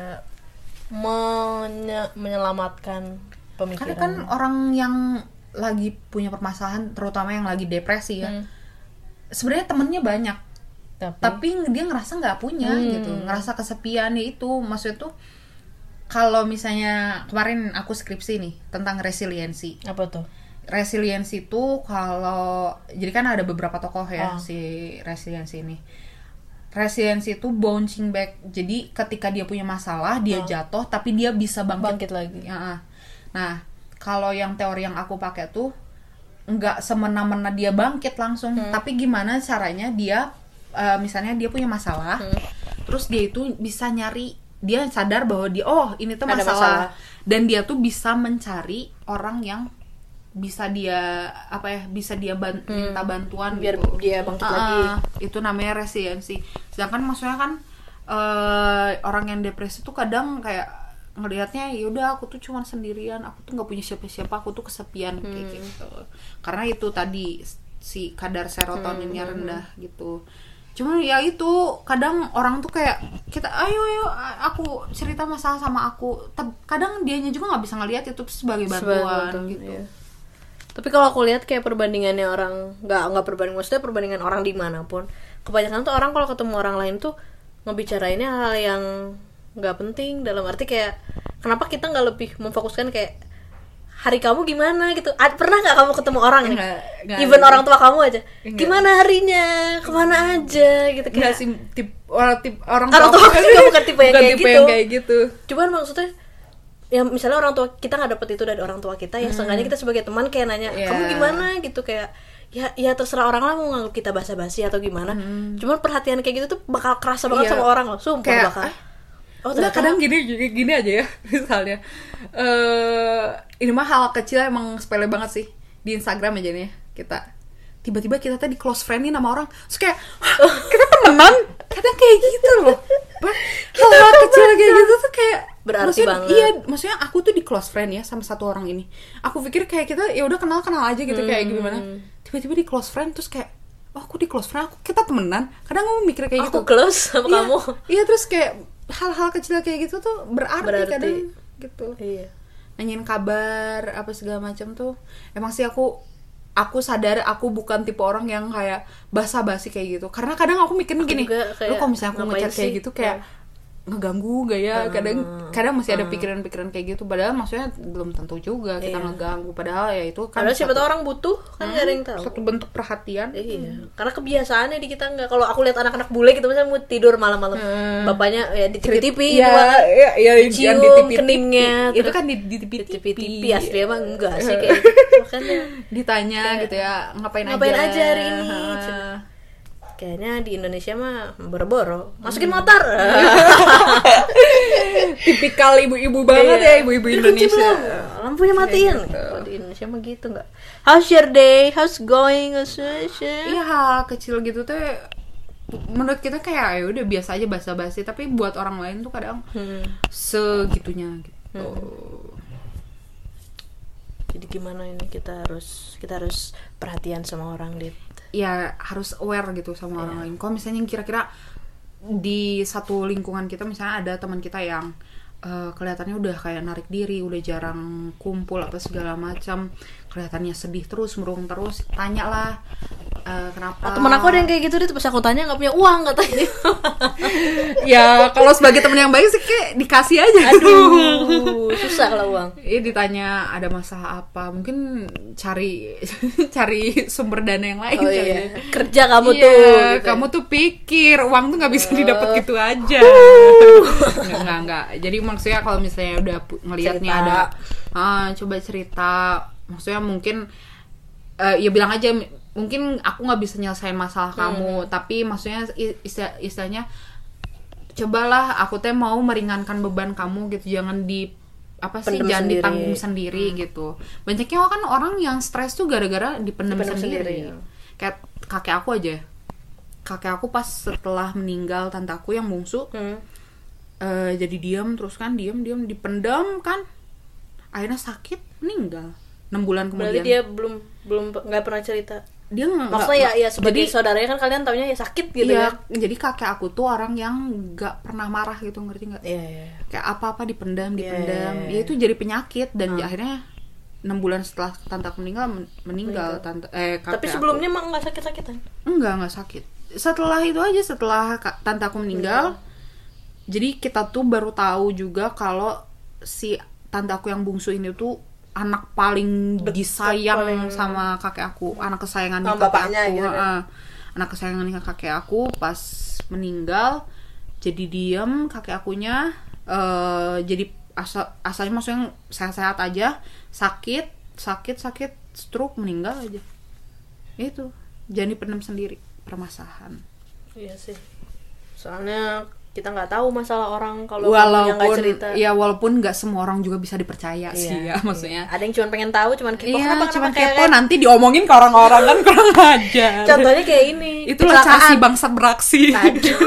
menye- menyelamatkan pemikiran. Karena kan orang yang lagi punya permasalahan, terutama yang lagi depresi ya, hmm. sebenarnya temennya banyak, tapi, tapi dia ngerasa nggak punya hmm. gitu, ngerasa kesepian ya itu. Maksudnya tuh kalau misalnya kemarin aku skripsi nih tentang resiliensi. Apa tuh? resiliensi itu kalau jadi kan ada beberapa tokoh ya oh. si resiliensi ini. Resiliensi itu bouncing back. Jadi ketika dia punya masalah, dia oh. jatuh tapi dia bisa bangkit, bangkit lagi. Ya. Nah, kalau yang teori yang aku pakai tuh nggak semena-mena dia bangkit langsung, hmm. tapi gimana caranya dia uh, misalnya dia punya masalah, hmm. terus dia itu bisa nyari, dia sadar bahwa dia oh ini tuh masalah. masalah dan dia tuh bisa mencari orang yang bisa dia apa ya bisa dia ban- hmm. minta bantuan biar gitu. dia bangkit uh, lagi. Itu namanya resiliensi. Sedangkan maksudnya kan uh, orang yang depresi tuh kadang kayak ngelihatnya yaudah aku tuh cuma sendirian, aku tuh nggak punya siapa-siapa, aku tuh kesepian hmm. kayak gitu. Karena itu tadi si kadar serotoninnya hmm. rendah gitu. Cuman ya itu kadang orang tuh kayak kita ayo ayo aku cerita masalah sama aku, kadang dianya juga nggak bisa ngelihat itu sebagai bantuan sebagai gitu. Iya. Tapi kalau aku lihat kayak perbandingannya orang nggak nggak perbandingan, maksudnya perbandingan orang dimanapun, kebanyakan tuh orang kalau ketemu orang lain tuh ngebicarainnya hal yang nggak penting, dalam arti kayak kenapa kita nggak lebih memfokuskan kayak hari kamu gimana gitu. Ad, pernah nggak kamu ketemu orang nih, even orang tua kamu aja, enggak. Gimana harinya, kemana aja gitu kayak sih tip orang tip orang, orang tua aku juga bukan tipe yang bukan kayak tipe gitu. Yang kayak gitu. Cuman maksudnya ya misalnya orang tua kita nggak dapet itu dari orang tua kita, ya hmm. seenggaknya kita sebagai teman kayak nanya yeah. kamu gimana gitu, kayak ya ya terserah orang lah mau nganggap kita basa-basi atau gimana. Hmm. Cuman perhatian kayak gitu tuh bakal kerasa banget yeah. sama orang loh, sumpah kayak, bakal. Oh, nah, kadang gini gini aja ya misalnya. Uh, ini mah hal kecil emang sepele banget sih di Instagram aja nih kita. Tiba-tiba kita tadi close friend nih sama orang, terus kayak kita temenan, kadang kayak gitu loh. Hal-hal kecil kayak gitu tuh kayak berarti maksudnya, banget. Iya, maksudnya aku tuh di close friend ya sama satu orang ini. Aku pikir kayak kita ya udah kenal-kenal aja gitu hmm. kayak gimana. Tiba-tiba di close friend terus kayak oh aku di close friend, aku kita temenan. Kadang aku mikir kayak aku gitu. Aku close sama iya, kamu. Iya, terus kayak hal-hal kecil kayak gitu tuh berarti, berarti. kadang gitu. Iya. Nanyain kabar apa segala macam tuh. Emang sih aku aku sadar aku bukan tipe orang yang kayak basa-basi kayak gitu. Karena kadang aku mikirnya gini, lu kalau misalnya aku ngechat kayak gitu kayak nah. ngeganggu gak ya? Kadang hmm. kadang masih ada pikiran-pikiran kayak gitu. Padahal maksudnya belum tentu juga kita iya. ngeganggu. Padahal ya itu kan. Padahal siapa tahu orang butuh kan, nggak hmm, ada yang tahu. Satu bentuk perhatian. Iya. Hmm. Karena kebiasaannya di kita nggak. Kalau aku lihat anak-anak bule gitu misalnya mau tidur malam-malam, hmm. bapaknya ya di tipi-tipi, ya, ya, ya, dicium di tipi-tipi. keningnya. Itu kan di tipi-tipi. Asli emang enggak sih kayak gitu. Makanya ditanya kayak, gitu ya ngapain, ngapain aja. aja hari ini. Uh. Kayaknya di Indonesia mah boro-boro masukin hmm. motor. Tipikal ibu-ibu banget iya. ya ibu-ibu Indonesia. Lampunya matiin. Gitu. Kalau di Indonesia mah gitu nggak. How's your day? How's going? Iya, hal kecil gitu tuh menurut kita kayak ya udah biasa aja basa-basi, tapi buat orang lain tuh kadang hmm. segitunya gitu. Hmm. Jadi gimana ini kita harus kita harus perhatian sama orang, Dit. Ya harus aware gitu sama yeah. orang lain. Kalau misalnya kira-kira di satu lingkungan kita misalnya ada teman kita yang uh, kelihatannya udah kayak narik diri, udah jarang kumpul apa segala macam, kelihatannya sedih terus, murung terus, tanyalah uh, kenapa. Temen aku ada yang kayak gitu, dia pas aku tanya nggak punya uang katanya. Ya kalau sebagai temen yang baik sih kayak dikasih aja. Aduh, susah kalau uang. Iya, ditanya ada masalah apa, mungkin cari cari sumber dana yang lain. Oh, iya. Ya. Kerja kamu iya, tuh gitu. Kamu tuh pikir uang tuh nggak bisa didapat gitu aja. Nggak, nggak, nggak. Jadi maksudnya kalau misalnya udah ngelihatnya ada ah, coba cerita, maksudnya mungkin uh, ya bilang aja mungkin aku nggak bisa nyelesain masalah hmm. kamu, tapi maksudnya istilah, istilahnya cobalah aku teh mau meringankan beban kamu gitu, jangan di apa sih pendem jangan sendiri. Ditanggung sendiri hmm. gitu. Banyaknya kan orang yang stres tuh gara-gara dipendam, dipendam sendiri, sendiri. Kayak kakek aku aja, kakek aku pas setelah meninggal tante aku yang bungsu hmm. uh, jadi diam terus kan, diam diam dipendam kan, akhirnya sakit meninggal enam bulan kemudian. Berarti dia belum belum nggak pernah cerita. Dia nggak, maksudnya ya, ya sebagai jadi, saudaranya kan kalian taunya ya sakit gitu iya, ya. Jadi kakek aku tuh orang yang nggak pernah marah gitu, ngerti nggak? Iya, iya. Kayak apa-apa dipendam, dipendam. Iya, iya, iya. Ya itu jadi penyakit dan hmm. ya, akhirnya enam bulan setelah tante aku meninggal meninggal tante eh kakek. Tapi sebelumnya emang nggak sakit-sakitan? Enggak, nggak sakit. Setelah itu aja, setelah tante aku meninggal, hmm. jadi kita tuh baru tahu juga kalau si tante aku yang bungsu ini tuh anak paling Deket disayang paling- sama kakek aku, anak kesayangan Sama kakek bapaknya aku. gitu kan. Heeh. Anak kesayangan kakek aku pas meninggal jadi diem, kakek akunya eh, jadi asal asalnya maksudnya sehat-sehat aja, sakit sakit sakit stroke, meninggal aja. Itu jadi pendem sendiri permasalahan. Iya sih. Soalnya kita nggak tahu masalah orang kalau yang nggak Walaupun cerita. ya walaupun nggak semua orang juga bisa dipercaya Iya, sih ya, maksudnya. Ada yang cuma pengen tahu, cuman kepo. Iya, Kenapa, cuma kenapa kayak- kepo nanti diomongin ke orang-orang kan kurang ajar. Contohnya kayak ini. Itulah cara si kecelakaan. bangsat beraksi. Aduh.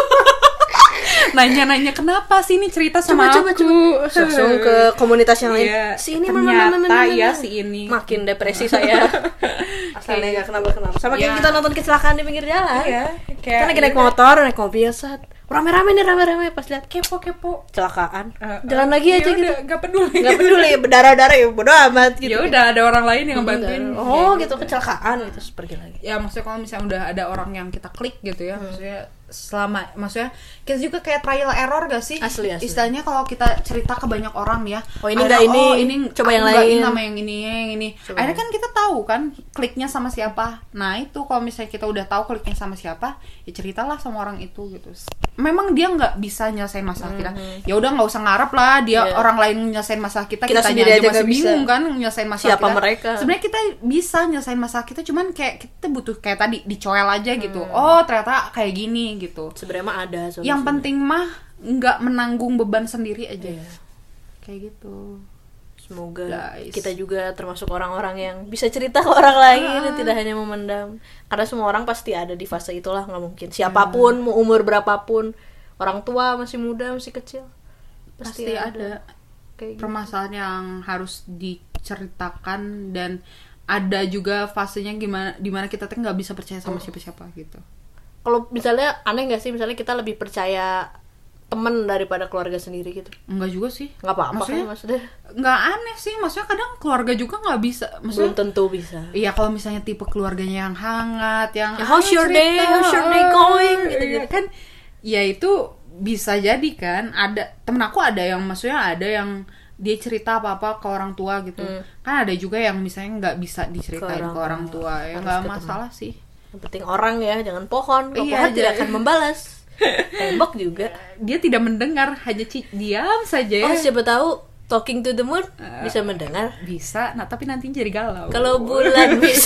Nanya-nanya kenapa sih ini cerita sama Coba, coba, aku. Langsung ke komunitas yang lain. Iya, Si ini ternyata mana, mana, mana, ya mana. si ini. Makin depresi saya. Asalnya nggak kenapa-kenapa. Sama kayak Ya. kita nonton kecelakaan di pinggir jalan. Iya, Kita lagi naik iya. motor, naik mobil, saat rame-rame nih, rame-rame, pas lihat kepo-kepo. kecelakaan. Eh, Jalan lagi ya aja udah, gitu. nggak peduli. Nggak peduli, berdarah-darah ya bodo amat gitu. Ya udah ada orang lain yang ngebantuin. Oh, Ya gitu kecelakaan gitu, terus pergi lagi. Ya maksudnya kalau misalnya udah ada orang yang kita klik gitu ya, maksudnya selama maksudnya kita juga kayak trial error gak sih? Asli, asli. Istilahnya kalau kita cerita ke banyak orang nih ya, Oh, ini ada, nggak ini, oh, ini coba aku yang nggak lain. ini sama yang ini yang ini. Coba Akhirnya yang- kan kita tahu kan kliknya sama siapa. Nah itu kalau misalnya kita udah tahu kliknya sama siapa, ya ceritalah sama orang itu gitu. Memang dia nggak bisa nyelesain masalah kita. Ya udah nggak usah ngarep lah dia Iya. orang lain nyelesain masalah kita, Kita kitanya sendiri aja aja masih nggak bisa. bingung kan nyelesain masalah Siapa kita. mereka? Sebenarnya kita bisa nyelesain masalah kita, cuman kayak kita butuh kayak tadi dicoel aja gitu. Hmm. Oh ternyata kayak gini gitu. Sebenarnya mah ada solusinya. Yang penting mah nggak menanggung beban sendiri aja. Iya. Kayak gitu. Semoga Guys. kita juga termasuk orang-orang yang bisa cerita ke orang lain, Ah. tidak hanya memendam. Karena semua orang pasti ada di fase itulah, nggak mungkin. Siapapun, mau umur berapapun, orang tua masih muda, masih kecil, pasti, Pasti ada. ada Kayak gitu. permasalahan yang harus diceritakan, dan ada juga fasenya gimana dimana kita tuh nggak bisa percaya sama siapa-siapa gitu. Kalau misalnya aneh nggak sih, misalnya kita lebih percaya temen daripada keluarga sendiri gitu? Enggak juga sih. Nggak apa-apa Maksudnya- kan maksudnya? Nggak aneh sih, maksudnya kadang keluarga juga nggak bisa. Belum Maksudnya tentu bisa. iya kalau misalnya tipe keluarganya yang hangat, yang Ya, how's "Ayo your day? cerita, How's your day oh, going?" iya, Gitu-gitu. kan ya itu bisa jadi kan. Ada temen aku ada yang maksudnya ada yang dia cerita apa-apa ke orang tua gitu. Hmm. Kan ada juga yang misalnya nggak bisa diceritain Ke ke orang orang, tua. Ya harus nggak ke teman. masalah sih. Yang penting orang ya, jangan pohon. Kalau Iya, pohon tidak jangan. akan membalas. Tembok juga. Dia tidak mendengar, hanya ci- diam saja ya. Oh, siapa tahu talking to the moon bisa mendengar. Bisa, nah tapi nanti jadi galau. Kalau bulan bisa.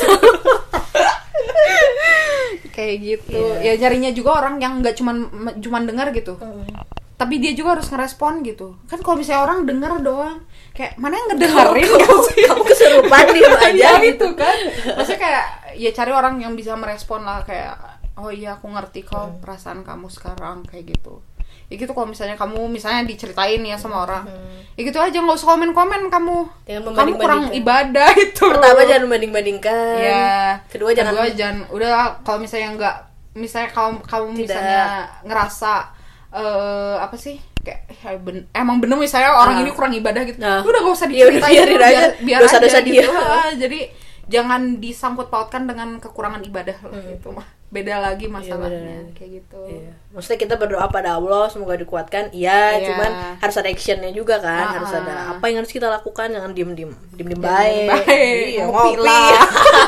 Kayak gitu. Iya. Ya nyarinya juga orang yang nggak cuman cuman dengar gitu. Tapi dia juga harus ngerespon gitu. Kan kalau misalnya orang dengar doang, kayak mana yang ngedengerin kamu, gitu sih? kamu kesurupan di aja Iya gitu. gitu kan. Maksudnya kayak ya cari orang yang bisa merespon lah, kayak oh iya aku ngerti kok perasaan kamu sekarang kayak gitu. Ya gitu kalau misalnya kamu misalnya diceritain ya sama orang. Ya gitu aja, nggak usah komen-komen kamu. Jangan Kamu kurang membanding-bandingkan. ibadah itu. Pertama jangan membanding-bandingkan. Ya. Kedua jangan Kedua jangan. Udah kalau misalnya nggak, misalnya kamu kamu Tidak. misalnya ngerasa eh apa sih? Kayak ya ben- emang bener misalnya orang Nah. ini kurang ibadah gitu. Nah. Udah gak usah Ya udah, diceritain, biarin biar, aja. biar Dosa-dosa aja dia. gitu. Ah, jadi jangan disangkut pautkan dengan kekurangan ibadah lah gitu mah. Beda lagi masalahnya beda. kayak gitu. Iya. Maksudnya kita berdoa pada Allah semoga dikuatkan. Iya, Iya. cuman harus ada actionnya juga kan. Ah, Harus ah. ada apa yang harus kita lakukan. Jangan diem-diem, diem-diem Baik. baik. Baik. Iya, Ngopi ngopi. lah.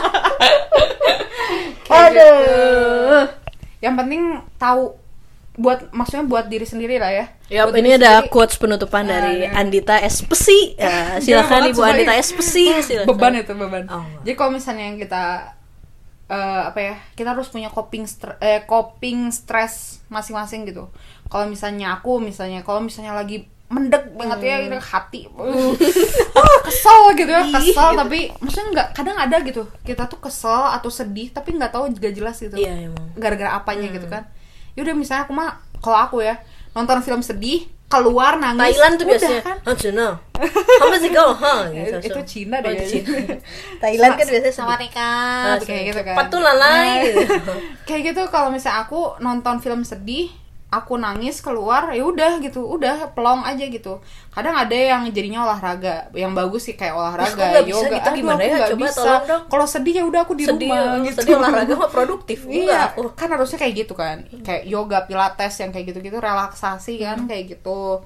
Kayak Aduh. gitu. Yang penting tahu buat maksudnya buat diri sendiri lah ya. Ya, Buat ini diri ada sendiri. quotes penutupan Nah, dari nah. Andita Espesi. Ya, silakan banget Ibu sumpah, Andita ini. Espesi. Silakan. Beban itu beban. Oh. Jadi kalau misalnya yang kita eh, apa ya, kita harus punya coping stre- eh, coping stress masing-masing gitu. Kalau misalnya aku misalnya kalau misalnya lagi mendek banget ya gitu, hati uh, ah, kesel gitu ya, kesel tapi maksudnya nggak, kadang ada gitu kita tuh kesel atau sedih tapi nggak tahu juga jelas gitu Iya, emang. gara-gara apanya gitu kan. Ya udah misalnya aku mah kalau aku ya nonton film sedih keluar nangis Thailand tuh udah biasanya. kan. Oh, Cina. How much it go? Huh? Ya, Gitu, itu so. Cina Oh, deh itu kayaknya. Cina. Thailand kan biasanya sama sedih. Nika Ah, kayak gitu kan. Patulalai. Nah, kayak gitu kalau misalnya aku nonton film sedih, aku nangis keluar, ya udah gitu, udah pelong aja gitu. Kadang ada yang jadinya olahraga, yang bagus sih kayak Aku olahraga, nggak bisa yoga. gitu, Aduh, gimana aku ya? nggak Coba bisa. tolong dong. Kalau sedih ya udah aku di Sedih, rumah oh, gitu. sedih olahraga mah produktif. Iya, Enggak aku. kan harusnya kayak gitu kan. Kayak yoga, pilates yang kayak gitu-gitu relaksasi kan kayak gitu.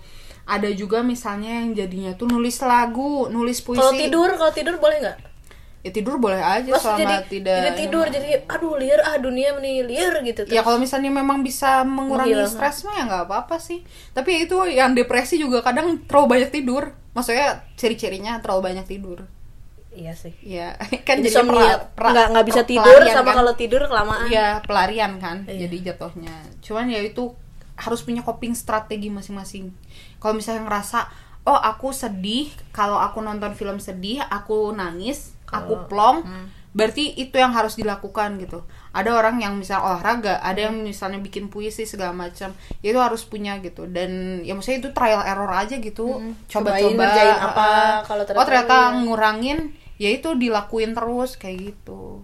Ada juga misalnya yang jadinya tuh nulis lagu, nulis puisi. Kalau tidur, kalau tidur boleh nggak? Ya tidur boleh aja. Maksud selama jadi, tidak. Jadi tidur, jadi aduh liar ah dunia nih liar gitu. Ya kalau misalnya memang bisa mengurangi stres mah ya nggak apa-apa sih. Tapi itu yang depresi juga kadang terlalu banyak tidur. Maksudnya ciri-cirinya terlalu banyak tidur. Iya sih. Iya, kan jadi Insomnia, nggak nggak bisa tidur sama kan? Kalau tidur kelamaan. Iya, pelarian kan. Iya. Jadi jatuhnya. Cuman ya itu harus punya coping strategi masing-masing. Kalau misalnya ngerasa, oh aku sedih, kalau aku nonton film sedih, aku nangis, kalo, aku plong, hmm. berarti itu yang harus dilakukan gitu. Ada orang yang misalnya olahraga, ada yang misalnya bikin puisi segala macam, itu harus punya gitu. Dan ya maksudnya itu trial error aja gitu. Hmm. Coba-coba ngerjain apa uh, kalau ternyata, oh ternyata ya. ngurangin, ya itu dilakuin terus kayak gitu.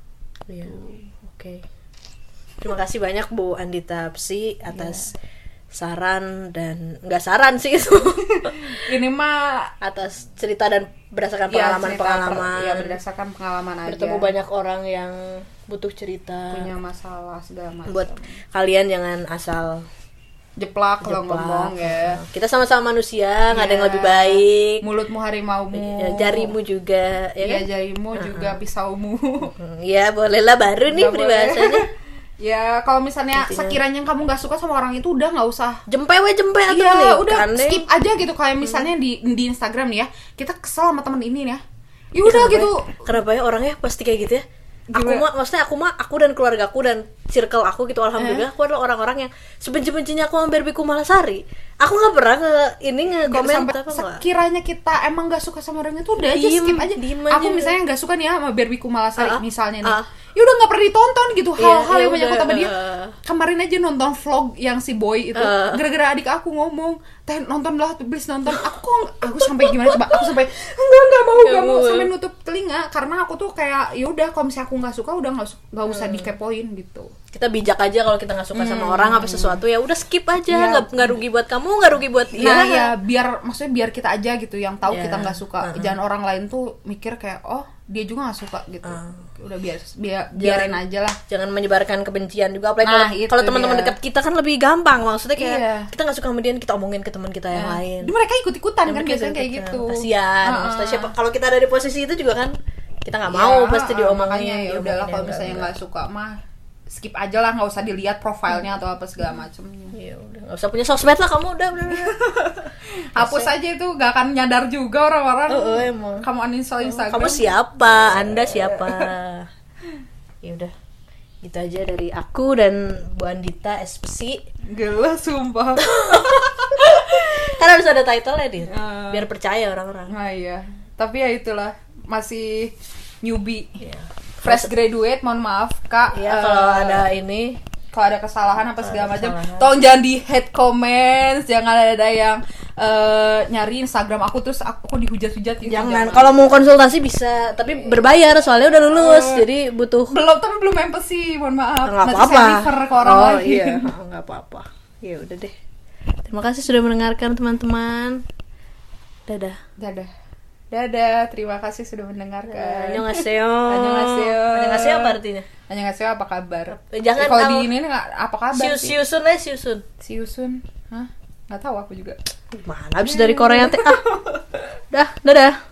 Iya. Oke. Okay. Terima kasih banyak Bu Andita Psi atas yeah. saran dan nggak saran sih itu. Ini mah atas cerita dan berdasarkan pengalaman-pengalaman. Ya, berdasarkan pengalaman aja. Bertemu banyak orang yang butuh cerita, punya masalah segala macam. Buat kalian jangan asal jeplak kalau ngomong ya. Kita sama-sama manusia, nggak yeah. ada yang lebih baik. Mulutmu harimaumu, ya, jarimu juga, ya, ya kan? Jarimu uh-huh. juga pisaumu. Ya bolehlah baru nih peribahasanya. Ya kalau misalnya intinya, sekiranya kamu nggak suka sama orang itu udah nggak usah jempe we jempe atau ya, nih udah Kandeng. Skip aja gitu. Kayak misalnya hmm. di di Instagram nih ya, kita kesel sama temen ini nih ya, ya udah kenapa gitu ya? Kenapa ya orangnya pasti kayak gitu ya? Aku mah, maksudnya aku mah, aku dan keluargaku dan circle aku gitu, alhamdulillah, eh? aku adalah orang-orang yang sebenci-bencinya aku sama Barbie Kumalasari. Aku nggak pernah nge ini nge-komen apa enggak. Sekiranya kita emang nggak suka sama orang itu, udah aja skip aja. Aku aja misalnya nggak suka nih ya sama Barbie Kumalasari, uh, misalnya nih, uh. ya udah nggak pernah ditonton gitu hal-hal yeah, yang menyangkut sama dia. Uh. Kemarin aja nonton vlog yang si Boy itu, uh. gara-gara adik aku ngomong, teh nonton lah, please nonton. Aku kok, aku sampai gimana coba? Aku sampai enggak nggak mau nggak mau sampai nutup telinga karena aku tuh kayak ya udah kalau misalnya aku nggak suka udah nggak nggak usah hmm. dikepoin gitu. Kita bijak aja kalau kita nggak suka hmm. sama orang apa sesuatu ya udah skip aja, nggak ya. nggak rugi buat kamu, nggak rugi buat dia. Nah ya biar maksudnya biar kita aja gitu yang tahu yeah. kita nggak suka. Uh-huh. Jangan orang lain tuh mikir kayak oh dia juga nggak suka gitu. Uh. Udah biar biar biarin jangan, aja lah. Jangan menyebarkan kebencian juga. Apalagi nah, kalau kalau teman-teman dekat kita kan lebih gampang. Maksudnya kayak iya. kita nggak suka sama dia, kita omongin ke teman kita yang yeah. lain. Jadi mereka ikut-ikutan kan biasanya kayak gitu. Kasian. Uh-uh. Maksudnya siapa kalau kita ada di posisi itu juga kan kita nggak mau yeah, pasti diomongin. Ya udahlah kalau misalnya nggak suka mah skip aja lah, nggak usah dilihat profilnya atau apa segala macamnya. Iya udah, nggak usah punya sosmed lah kamu udah udah. Hapus aja itu, nggak akan nyadar juga orang-orang. Oh, oh, emang. Kamu uninstall Instagram. Kamu siapa? Anda siapa? Ya udah, gitu aja dari aku dan Bu Andita S P C. Gila sumpah. Kan harus ada title-nya dia, uh, biar percaya orang-orang. Nah iya, tapi ya itulah masih newbie. Yeah. Fresh graduate, mohon maaf kak. Iya, uh, kalau ada ini, kalau ada kesalahan apa segala macam, tolong jangan di hate comments, jangan ada yang uh, nyari Instagram aku terus aku dihujat-hujat gitu. Jangan. Kalau mau konsultasi bisa, tapi berbayar soalnya udah lulus, uh, jadi butuh. Belum, tapi belum embassy, mohon maaf. Nggak apa-apa. Ke orang oh lain. Iya, nggak apa-apa. Ya udah deh. Terima kasih sudah mendengarkan teman-teman. Dadah. Dadah. Dadah, terima kasih sudah mendengarkan. Annyeonghaseyo. Annyeonghaseyo. Annyeonghaseyo apa artinya? Annyeonghaseyo apa kabar? Jangan eh, kalau di ini apa kabar siu, sih? Siusun lah, siusun. Siusun. Hah? Enggak tahu aku juga. Mana habis dari Korea teh. Ah. Dah, dadah.